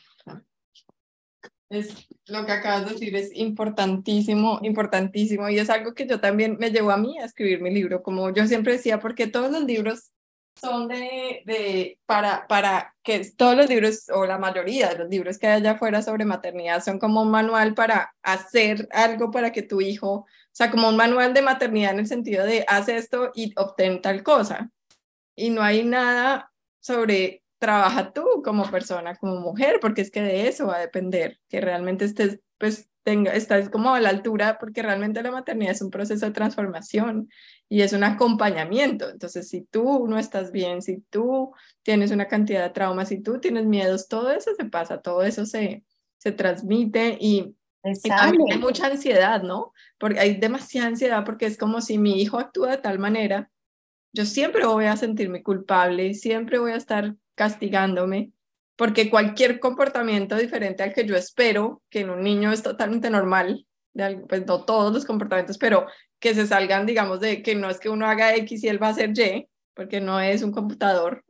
Es lo que acabas de decir, es importantísimo, importantísimo, y es algo que yo también me llevó a mí a escribir mi libro, como yo siempre decía, porque todos los libros son de, de para, para que todos los libros, o la mayoría de los libros que hay allá afuera sobre maternidad, son como un manual para hacer algo para que tu hijo, o sea, como un manual de maternidad en el sentido de haz esto y obtén tal cosa, y no hay nada sobre trabaja tú como persona, como mujer, porque es que de eso va a depender, que realmente estés, pues, tenga, estás como a la altura, porque realmente la maternidad es un proceso de transformación y es un acompañamiento. Entonces, si tú no estás bien, si tú tienes una cantidad de traumas, si tú tienes miedos, todo eso se pasa, todo eso se, se transmite y... Te Y también hay sale. mucha ansiedad, ¿no? Porque hay demasiada ansiedad porque es como si mi hijo actúa de tal manera, yo siempre voy a sentirme culpable, siempre voy a estar castigándome, porque cualquier comportamiento diferente al que yo espero, que en un niño es totalmente normal, de algo, pues no todos los comportamientos, pero que se salgan, digamos, de que no es que uno haga X y él va a hacer Y, porque no es un computador.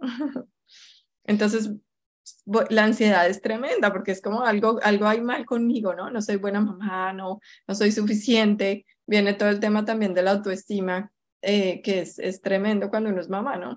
Entonces, la ansiedad es tremenda, porque es como algo, algo hay mal conmigo, ¿no? No soy buena mamá, no, no soy suficiente. Viene todo el tema también de la autoestima, eh, que es, es tremendo cuando uno es mamá, ¿no?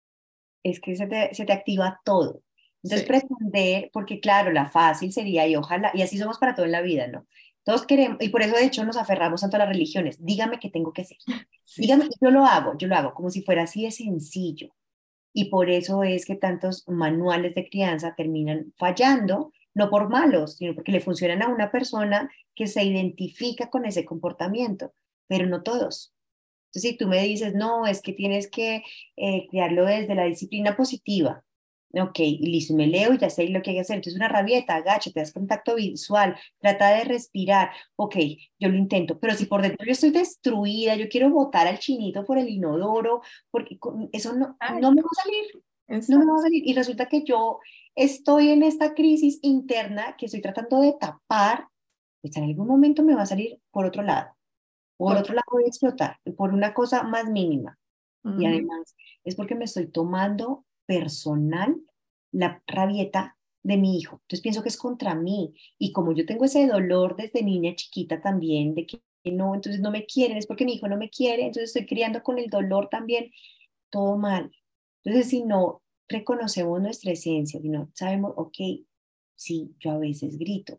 Es que se te, se te activa todo. Entonces, Sí, pretender, porque claro, la fácil sería, y ojalá, y así somos para todo en la vida, ¿no? Todos queremos, y por eso de hecho nos aferramos tanto a las religiones. Dígame qué tengo que hacer. sí, Dígame, sí. yo lo hago, yo lo hago, como si fuera así de sencillo. Y por eso es que tantos manuales de crianza terminan fallando, no por malos, sino porque le funcionan a una persona que se identifica con ese comportamiento, pero no todos. Entonces, si tú me dices, no, es que tienes que eh, crearlo desde la disciplina positiva, ok, y listo, me leo y ya sé lo que hay que hacer. Entonces, una rabieta, agáchate, haz contacto visual, trata de respirar, ok, yo lo intento, pero si por dentro yo estoy destruida, yo quiero botar al chinito por el inodoro, porque con- eso no, no me va Exacto, a salir, no me va a exacto. salir. Y resulta que yo estoy en esta crisis interna que estoy tratando de tapar, pues en algún momento me va a salir por otro lado. Por otro Total. lado, voy a explotar por una cosa más mínima. Y Ujú. además es porque me estoy tomando personal la rabieta de mi hijo. Entonces pienso que es contra mí. Y como yo tengo ese dolor desde niña chiquita también, de que no, entonces no me quieren, es porque mi hijo no me quiere, entonces estoy criando con el dolor también, todo mal. Entonces, si no reconocemos nuestra esencia, si no sabemos, ok, sí, yo a veces grito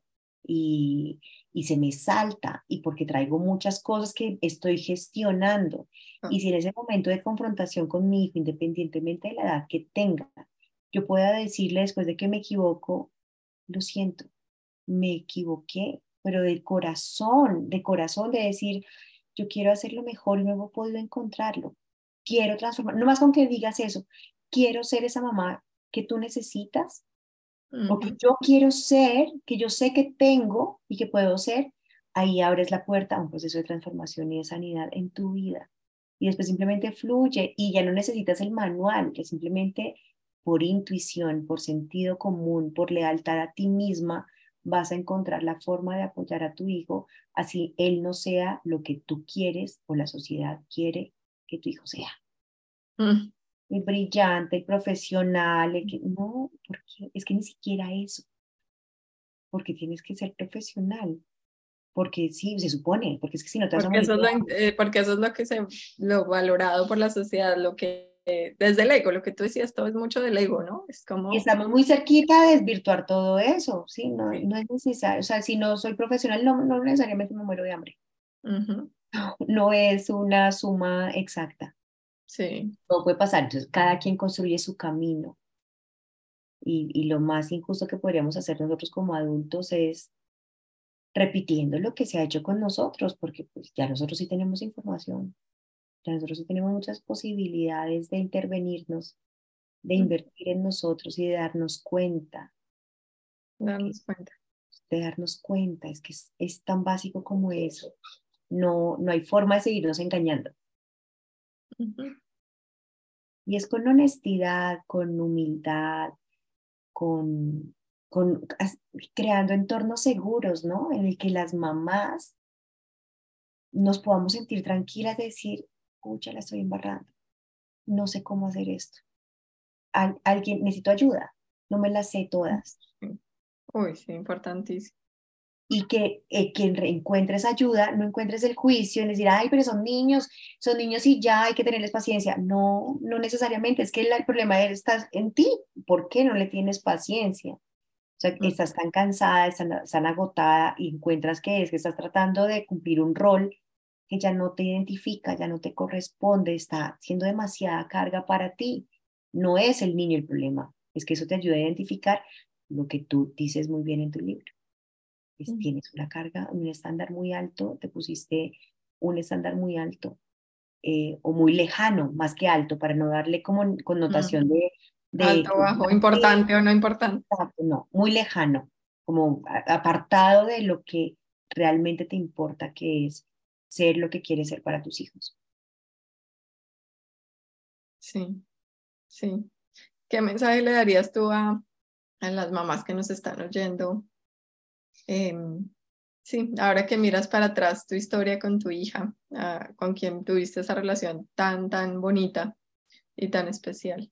y, y se me salta y porque traigo muchas cosas que estoy gestionando. Y si en ese momento de confrontación con mi hijo, independientemente de la edad que tenga, yo pueda decirle después de que me equivoco, lo siento, me equivoqué, pero de corazón, de corazón, de decir, yo quiero hacerlo mejor y no he podido encontrarlo. Quiero transformar, no más con que digas eso, quiero ser esa mamá que tú necesitas o que Ujú. yo quiero ser, que yo sé que tengo y que puedo ser, ahí abres la puerta a un proceso de transformación y de sanidad en tu vida. Y después simplemente fluye y ya no necesitas el manual, que simplemente por intuición, por sentido común, por lealtad a ti misma, vas a encontrar la forma de apoyar a tu hijo, así él no sea lo que tú quieres o la sociedad quiere que tu hijo sea. Mm. El brillante, el profesional, el que no, porque es que ni siquiera eso, porque tienes que ser profesional, porque sí, se supone, porque es que si no te vas a Porque morir eso es de lo, in- hambre. eh, porque eso es lo que se, lo valorado por la sociedad, lo que, eh, desde el ego, lo que tú decías, todo es mucho del ego, ¿no? Es Y como, estamos muy cerquita de desvirtuar todo eso, ¿sí? No, sí, no es necesario, o sea, si no soy profesional, no, no necesariamente me muero de hambre. ujú, No es una suma exacta, sí, todo puede pasar, entonces cada quien construye su camino. Y, y lo más injusto que podríamos hacer nosotros como adultos es repitiendo lo que se ha hecho con nosotros, porque pues ya nosotros sí tenemos información, ya nosotros sí tenemos muchas posibilidades de intervenirnos, de mm, invertir en nosotros y de darnos cuenta que darnos cuenta. de darnos cuenta, es que es, es tan básico como eso. No, no hay forma de seguirnos engañando. Ujú. Y es con honestidad, con humildad, con, con as- creando entornos seguros, ¿no? En el que las mamás nos podamos sentir tranquilas de decir, pucha, la estoy embarrando, no sé cómo hacer esto. Al- alguien, necesito ayuda, no me las sé todas. Sí. Uy, sí, importantísimo. Y que eh, quien re- encuentre esa ayuda, no encuentres el juicio en decir, ay, pero son niños, son niños y ya hay que tenerles paciencia. No, no necesariamente, es que la- el problema está en ti. ¿Por qué no le tienes paciencia? O sea, Mm, estás tan cansada, estás tan agotada y encuentras que es que estás tratando de cumplir un rol que ya no te identifica, ya no te corresponde, está siendo demasiada carga para ti. No es el niño el problema, es que eso te ayuda a identificar lo que tú dices muy bien en tu libro. Es, mm, tienes una carga, un estándar muy alto, te pusiste un estándar muy alto eh, o muy lejano, más que alto, para no darle como connotación mm. de, de Alto, que bajo, importante o no importante. no, muy lejano, como a- apartado de lo que realmente te importa, que es ser lo que quieres ser para tus hijos. Sí, sí. ¿Qué mensaje le darías tú a, a las mamás que nos están oyendo? Em, sí, ahora que miras para atrás tu historia con tu hija, ah, con quien tuviste esa relación tan, tan bonita y tan especial.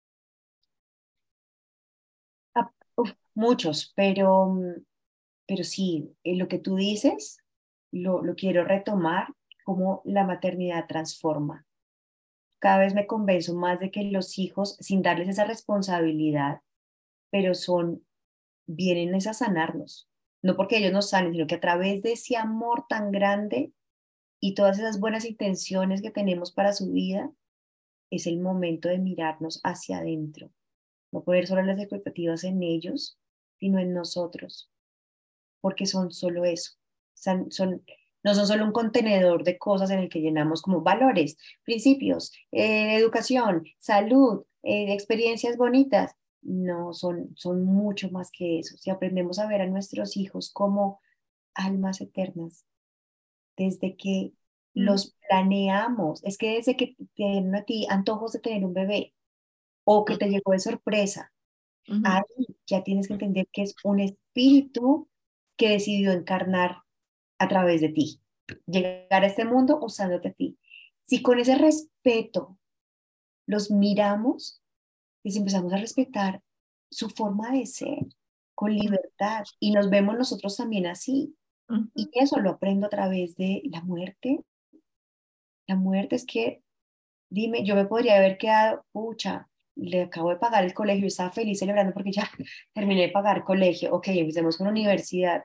Ah, uf, muchos, pero, mm, pero sí, eh, lo que tú dices, lo, lo quiero retomar, cómo la maternidad transforma. Cada vez me convenzo más de que los hijos, sin darles esa responsabilidad, pero son, vienen es a sanarnos. No porque ellos nos sanen, sino que a través de ese amor tan grande y todas esas buenas intenciones que tenemos para su vida, es el momento de mirarnos hacia adentro, no poner solo las expectativas en ellos, sino en nosotros, porque son solo eso, son, son- no son solo un contenedor de cosas en el que llenamos como valores, principios, eh, educación, salud, eh, experiencias bonitas. No, son, son mucho más que eso. Si aprendemos a ver a nuestros hijos como almas eternas, desde que Mm, los planeamos, es que desde que te tienen a ti antojos de tener un bebé o que te llegó de sorpresa, ujú, ahí ya tienes que entender que es un espíritu que decidió encarnar a través de ti, llegar a este mundo usándote a ti. Si con ese respeto los miramos, les empezamos a respetar su forma de ser, con libertad, y nos vemos nosotros también así. Y ujú, eso lo aprendo a través de la muerte. La muerte es que, dime, yo me podría haber quedado, pucha, le acabo de pagar el colegio, estaba feliz celebrando porque ya terminé de pagar colegio, ok, empecemos con la universidad.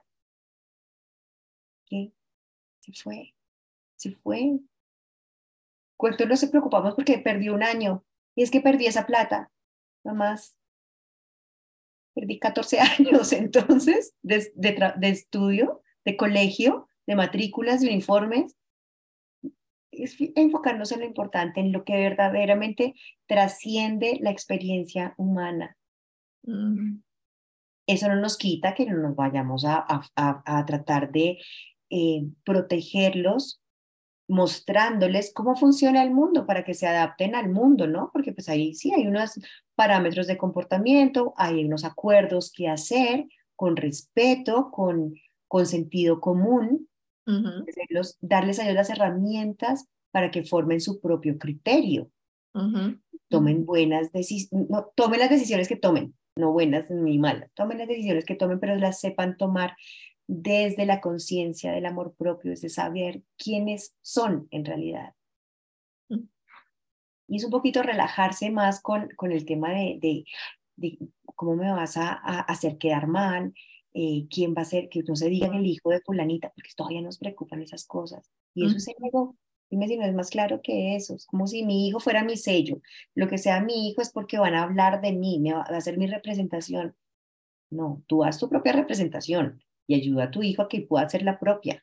¿Qué? Se fue, se fue. ¿Cuánto nos preocupamos porque perdí un año? Y es que perdí esa plata, nomás perdí catorce años entonces de, de, tra- de estudio, de colegio, de matrículas, de uniformes. Es enfocarnos en lo importante, en lo que verdaderamente trasciende la experiencia humana. mm, Eso no nos quita que no nos vayamos a, a, a- a tratar de eh, protegerlos, mostrándoles cómo funciona el mundo para que se adapten al mundo, ¿no? Porque pues ahí sí hay unos parámetros de comportamiento, hay unos acuerdos que hacer con respeto, con, con sentido común, ujú, hacerlos- darles a ellos las herramientas para que formen su propio criterio, ujú, ujú, tomen buenas decisiones, no, tomen las decisiones que tomen, no buenas ni malas, tomen las decisiones que tomen, pero las sepan tomar desde la conciencia del amor propio, desde saber quiénes son en realidad. ujú, Y es un poquito relajarse más con, con el tema de, de, de cómo me vas a, a hacer quedar mal, eh, quién va a ser, que no se diga el hijo de fulanita, porque todavía nos preocupan esas cosas. Y eso es el ujú, ego. Dime si no es más claro que eso. Es como si mi hijo fuera mi sello. Lo que sea mi hijo es porque van a hablar de mí, me va a hacer mi representación. No, tú haz tu propia representación y ayuda a tu hijo a que pueda hacer la propia.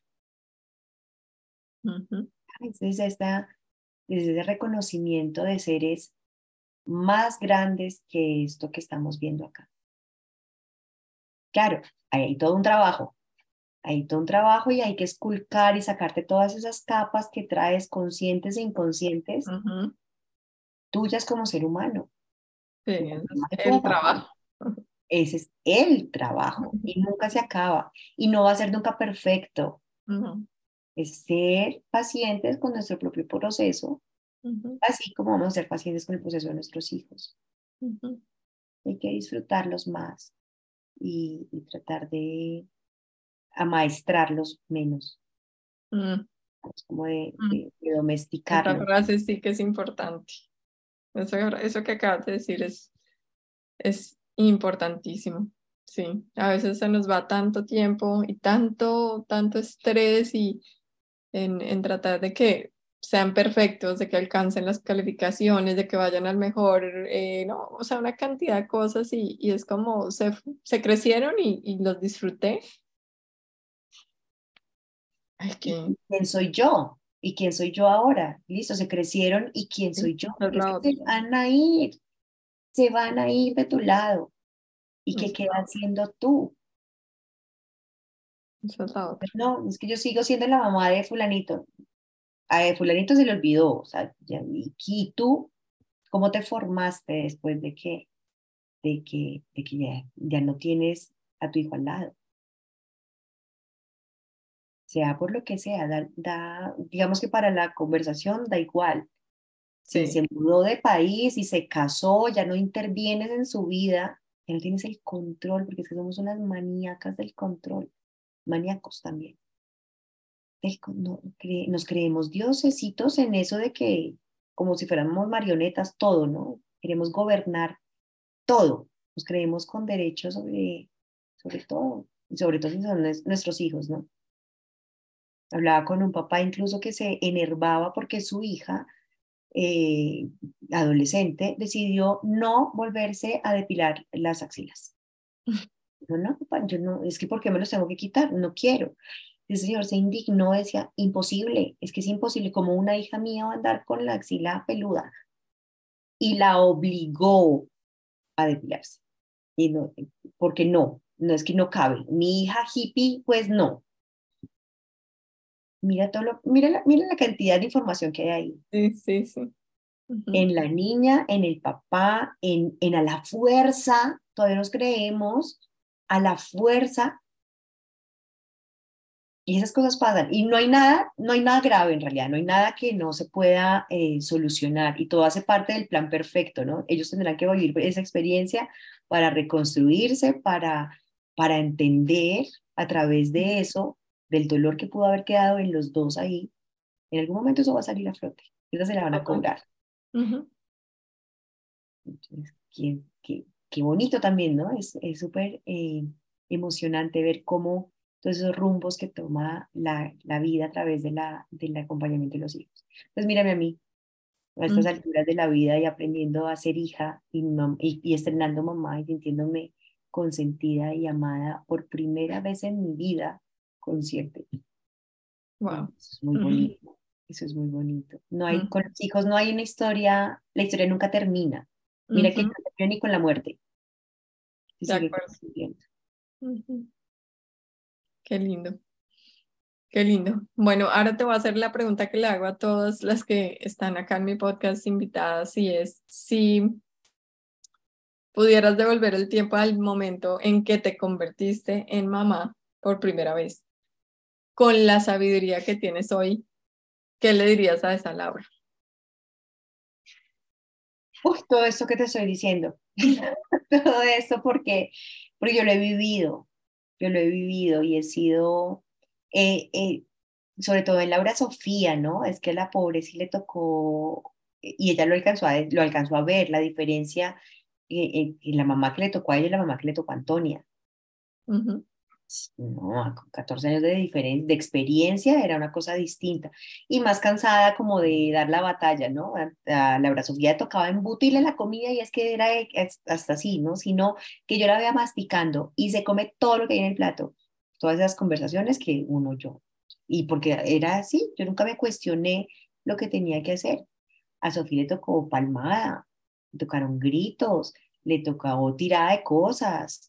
ujú. Entonces, esta, desde ese reconocimiento de seres más grandes que esto que estamos viendo acá. Claro, ahí hay todo un trabajo, hay todo un trabajo y hay que esculcar y sacarte todas esas capas que traes conscientes e inconscientes Ujú. tuyas como ser humano, Sí, y como ese es mamá y como el papá. trabajo. Ese es el trabajo y nunca se acaba y no va a ser nunca perfecto. Ujú, Es ser pacientes con nuestro propio proceso, ujú, así como vamos a ser pacientes con el proceso de nuestros hijos. ujú, Hay que disfrutarlos más y, y tratar de amaestrarlos menos, mm, es como de, mm. de, de Esta domesticarlos. frase sí que es importante. Eso, eso que acabas de decir es, es importantísimo. Sí, a veces se nos va tanto tiempo y tanto, tanto estrés y en, en tratar de que sean perfectos, de que alcancen las calificaciones, de que vayan al mejor, eh, no, o sea, una cantidad de cosas y, y es como se, se crecieron y, y los disfruté. Ay, ¿Y que quién soy yo? ¿Y quién soy yo ahora? Listo, se crecieron y quién sí, soy yo, esa es porque es la que otra. se van a ir, se van a ir de tu lado. ¿Y qué Esa es la quedas otra. siendo tú? Esa es la otra. No, es que yo sigo siendo la mamá de fulanito. A de fulanito se le olvidó, o sea, ya, y, y tú, ¿cómo te formaste después de que, de que, de que ya, ya no tienes a tu hijo al lado? Sea por lo que sea, da, da- digamos que para la conversación da igual. Si Sí, se mudó de país y se casó, ya no intervienes en su vida, ya no tienes el control, porque es que somos unas maníacas del control, maníacos también. Del con- no, cre- nos creemos diosesitos en eso de que, como si fuéramos marionetas, todo, ¿no? Queremos gobernar todo, nos creemos con derechos sobre, sobre todo, y sobre todo si son nues- nuestros hijos, ¿no? Hablaba con un papá incluso que se enervaba porque su hija eh, adolescente decidió no volverse a depilar las axilas. No, no, papá, yo no, es que ¿por qué me los tengo que quitar? No quiero. Ese señor se indignó, decía, imposible, es que es imposible, como una hija mía va a andar con la axila peluda y la obligó a depilarse. Y no, porque no, no es que no cabe. Mi hija hippie, pues no. Mira todo lo, mira la, mira la cantidad de información que hay ahí. sí, sí, sí. Ujú. En la niña, en el papá, en, en a la fuerza, todavía nos creemos, a la fuerza, y esas cosas pasan. Y no hay nada, no hay nada grave en realidad, no hay nada que no se pueda eh, solucionar, y todo hace parte del plan perfecto, ¿no? Ellos tendrán que vivir esa experiencia para reconstruirse, para, para entender a través de eso, del dolor que pudo haber quedado en los dos ahí. En algún momento eso va a salir a flote, esa se la van a Total. cobrar. Ujú. Entonces, qué, qué, qué bonito también, ¿no? Es es súper eh, emocionante ver cómo todos esos rumbos que toma la, la vida a través de la, del acompañamiento de los hijos. Pues mírame a mí, a estas Mm. alturas de la vida y aprendiendo a ser hija y, mam- y, y estrenando mamá y sintiéndome consentida y amada por primera vez en mi vida consciente. Bueno, Wow. eso es muy Ujú, bonito. Eso es muy bonito. No hay, ujú, con los hijos no hay una historia, la historia nunca termina. Mira que no ujú. termina ni con la muerte, se De sigue acuerdo. construyendo. Ujú. Qué lindo, qué lindo. Bueno, ahora te voy a hacer la pregunta que le hago a todas las que están acá en mi podcast invitadas y es si pudieras devolver el tiempo al momento en que te convertiste en mamá por primera vez, con la sabiduría que tienes hoy, ¿qué le dirías a esa Laura? Uy, todo esto que te estoy diciendo, todo esto porque, porque yo lo he vivido, yo lo he vivido y he sido, eh, eh, sobre todo en Laura Sofía, ¿no? Es que a la pobre sí le tocó, eh, y ella lo alcanzó a, lo alcanzó a ver, la diferencia eh, en en la mamá que le tocó a ella y la mamá que le tocó a Antonia. Ujú, No, con catorce años de diferencia, de experiencia era una cosa distinta y más cansada como de dar la batalla, ¿no? A, a Laura Sofía tocaba embutirle la comida y es que era eh, es- hasta así, ¿no? Sino que yo la veía masticando y se come todo lo que hay en el plato. Todas esas conversaciones que uno yo. Y porque era así, yo nunca me cuestioné lo que tenía que hacer. A Sofía le tocó palmada, le tocaron gritos, le tocó tirada de cosas,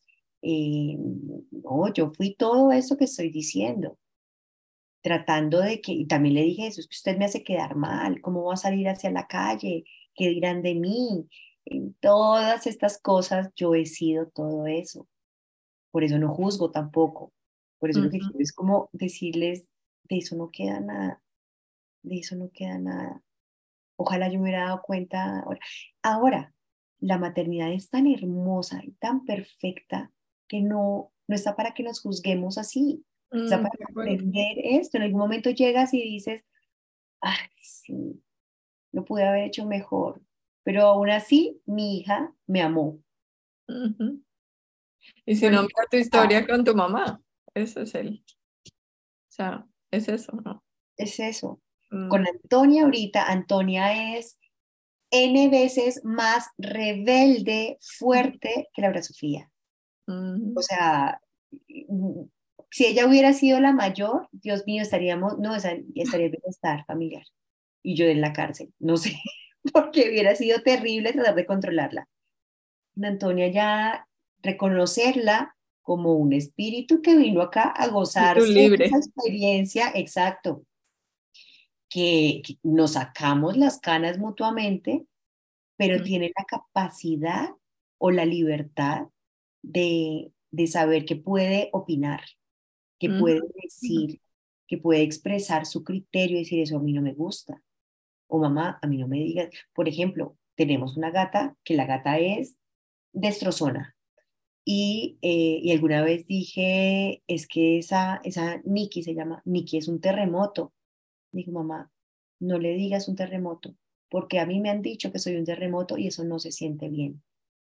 Eh, no, yo fui todo eso que estoy diciendo, tratando de que, y también le dije eso, es que usted me hace quedar mal, ¿cómo voy a salir hacia la calle? ¿Qué dirán de mí? En todas estas cosas yo he sido todo eso, por eso no juzgo tampoco, por eso lo que Ujú, quiero es como decirles, de eso no queda nada, de eso no queda nada. Ojalá yo me hubiera dado cuenta ahora. Ahora, la maternidad es tan hermosa y tan perfecta que no, no está para que nos juzguemos así. Está mm, para de acuerdo. aprender esto. En algún momento llegas y dices, ay, sí, lo pude haber hecho mejor. Pero aún así, mi hija me amó. Ujú. Y si No no, le mira tu importa. historia con tu mamá. Ese es el, o sea, es eso, ¿no? Es eso. Mm, Con Antonia ahorita, Antonia es N veces más rebelde, fuerte que Laura Sofía. O mm, sea, mm, si ella hubiera sido la mayor, Dios mío, estaríamos, no, esa- estaría el bienestar familiar. Y yo en la cárcel, no sé, porque hubiera sido terrible tratar de controlarla. Ana Antonia ya reconocerla como un espíritu que vino acá a y tú gozarse esa libre. experiencia, exacto, que, que nos sacamos las canas mutuamente, pero Mm, tiene la capacidad o la libertad de, de saber que puede opinar, que ujú, puede ujú, decir, que puede expresar su criterio y decir eso a mí no me gusta. O mamá, a mí no me digas. Por ejemplo, tenemos una gata que la gata es destrozona. Y, eh, y alguna vez dije, es que esa, esa Nikki se llama, Nikki es un terremoto. Dijo mamá, no le digas un terremoto, porque a mí me han dicho que soy un terremoto y eso no se siente bien.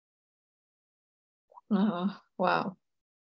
ah, wow.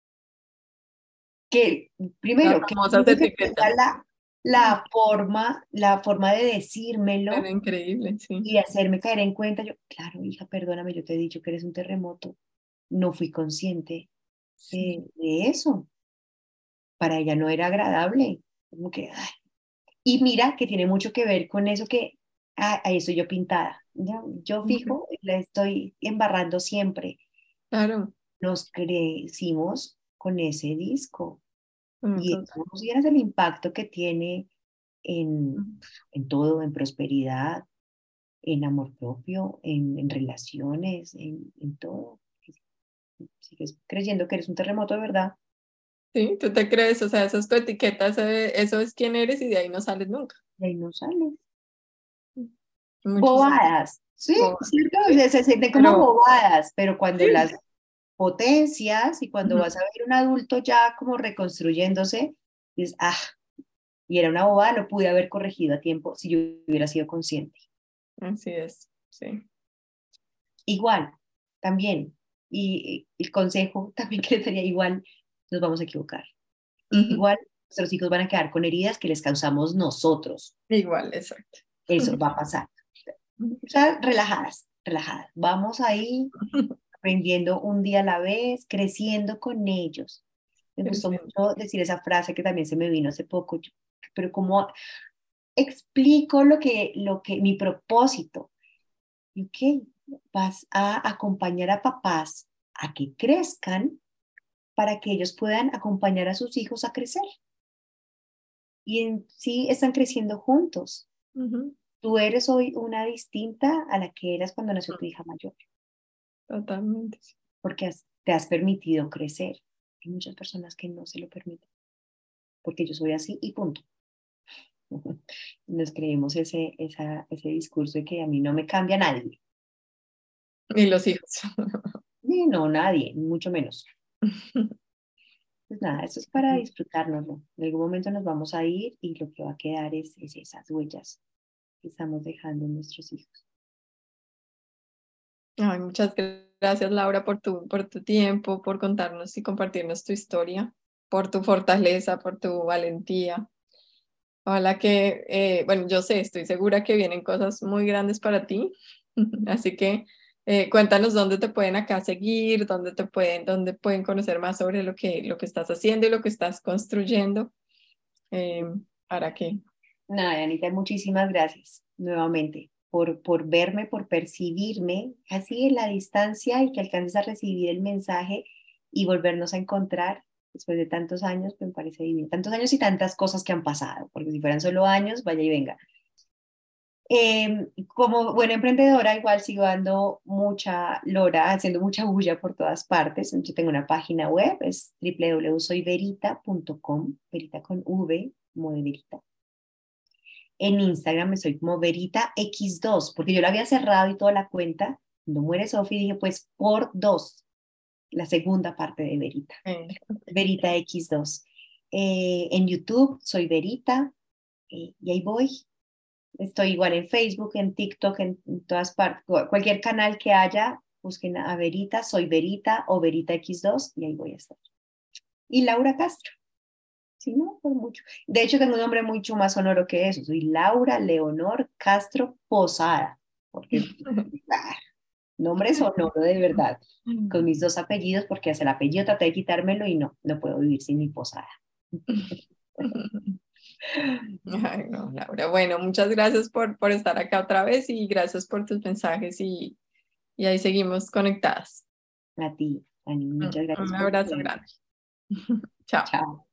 Que Las primero, que famosas lindo que tenga etiquetas. la, Mm, la forma, la forma de era decírmelo increíble, sí. y de hacerme caer en cuenta. Yo, claro, hija, perdóname, yo te he dicho que eres un terremoto. No fui consciente Sí. de, de eso. Para ella no era agradable. Como que, ay. Y mira que tiene mucho que ver con eso que, ah, ahí estoy yo pintada. Yo, yo Ok, fijo, la estoy embarrando siempre. claro. Nos crecimos con ese disco. Mm, Y total. eso no vieras el impacto que tiene en, Mm, en todo, en prosperidad, en amor propio, en, en relaciones, en, en todo. Sigues creyendo que eres un terremoto de verdad, sí, tú te crees, o sea, eso es tu etiqueta, ese- eso es quién eres y de ahí no sales nunca. y ahí no sales. Mm, muchísimo. Bobadas, ¿sí? Oh, ¿Cierto? O sí, sea, se sienten como pero bobadas, pero cuando sí. las potencias y cuando Ujú, vas a ver un adulto ya como reconstruyéndose, dices, ah, y era una bobada, lo pude haber corregido a tiempo si yo hubiera sido consciente. así es, sí. Igual, también, y, y el consejo también que les daría igual, nos vamos a equivocar. Ujú, Igual, nuestros hijos van a quedar con heridas que les causamos nosotros. igual, exacto. Eso va a pasar. O sea, relajadas, relajadas. Vamos ahí aprendiendo un día a la vez, creciendo con ellos. Me Sí, gustó sí. mucho decir esa frase que también se me vino hace poco, yo- pero como explico lo que, lo que, mi propósito. Y ok, vas a acompañar a papás a que crezcan para que ellos puedan acompañar a sus hijos a crecer. Y en sí están creciendo juntos. Ujú, Tú eres hoy una distinta a la que eras cuando nació tu hija mayor, totalmente. Sí. porque has- te has permitido crecer. Hay muchas personas que no se lo permiten, porque yo soy así y punto. Nos creemos ese, esa, ese discurso de que a mí no me cambia nadie. Y los hijos. Y no, nadie, mucho menos. Pues nada, esto es para disfrutárnoslo. En algún momento nos vamos a ir y lo que va a quedar es, es esas huellas que estamos dejando en nuestros hijos. Ay, muchas gracias, Laura, por tu, por tu tiempo, por contarnos y compartirnos tu historia, por tu fortaleza, por tu valentía. Ojalá que, eh, bueno, yo sé, estoy segura que vienen cosas muy grandes para ti, así que eh, cuéntanos dónde te pueden acá seguir, dónde te pueden, dónde pueden conocer más sobre lo que, lo que estás haciendo y lo que estás construyendo, eh, para que, Nada, Anita, muchísimas gracias nuevamente por, por verme, por percibirme así en la distancia y que alcances a recibir el mensaje y volvernos a encontrar después de tantos años, me parece divino. Tantos años y tantas cosas que han pasado, porque si fueran solo años, vaya y venga. Eh, como buena emprendedora, igual sigo dando mucha lora, haciendo mucha bulla por todas partes. Yo tengo una página web, es w w w punto soy verita punto com, verita con V, como de verita. En Instagram me soy como verita equis dos, porque yo la había cerrado y toda la cuenta. Cuando muere Sofi, dije, pues por dos, la segunda parte de Verita, Eh, Verita equis dos. Eh, en YouTube soy Verita, eh, y ahí voy. Estoy igual en Facebook, en TikTok, en, en todas partes. Cualquier canal que haya, busquen a Verita, soy Verita o Verita equis dos y ahí voy a estar. Y Laura Castro, si no, por mucho. De hecho, tengo un nombre mucho más sonoro que eso. Soy Laura Leonor Castro Posada, porque ah, nombre sonoro de verdad, con mis dos apellidos, porque hasta el apellido traté de quitármelo y no, no puedo vivir sin mi Posada. Ay, no, Laura. Bueno, muchas gracias por, por estar acá otra vez y gracias por tus mensajes y, y ahí seguimos conectadas. A ti, Ani, Un muchas gracias un por tu abrazo tiempo. grande. Chao. Chao.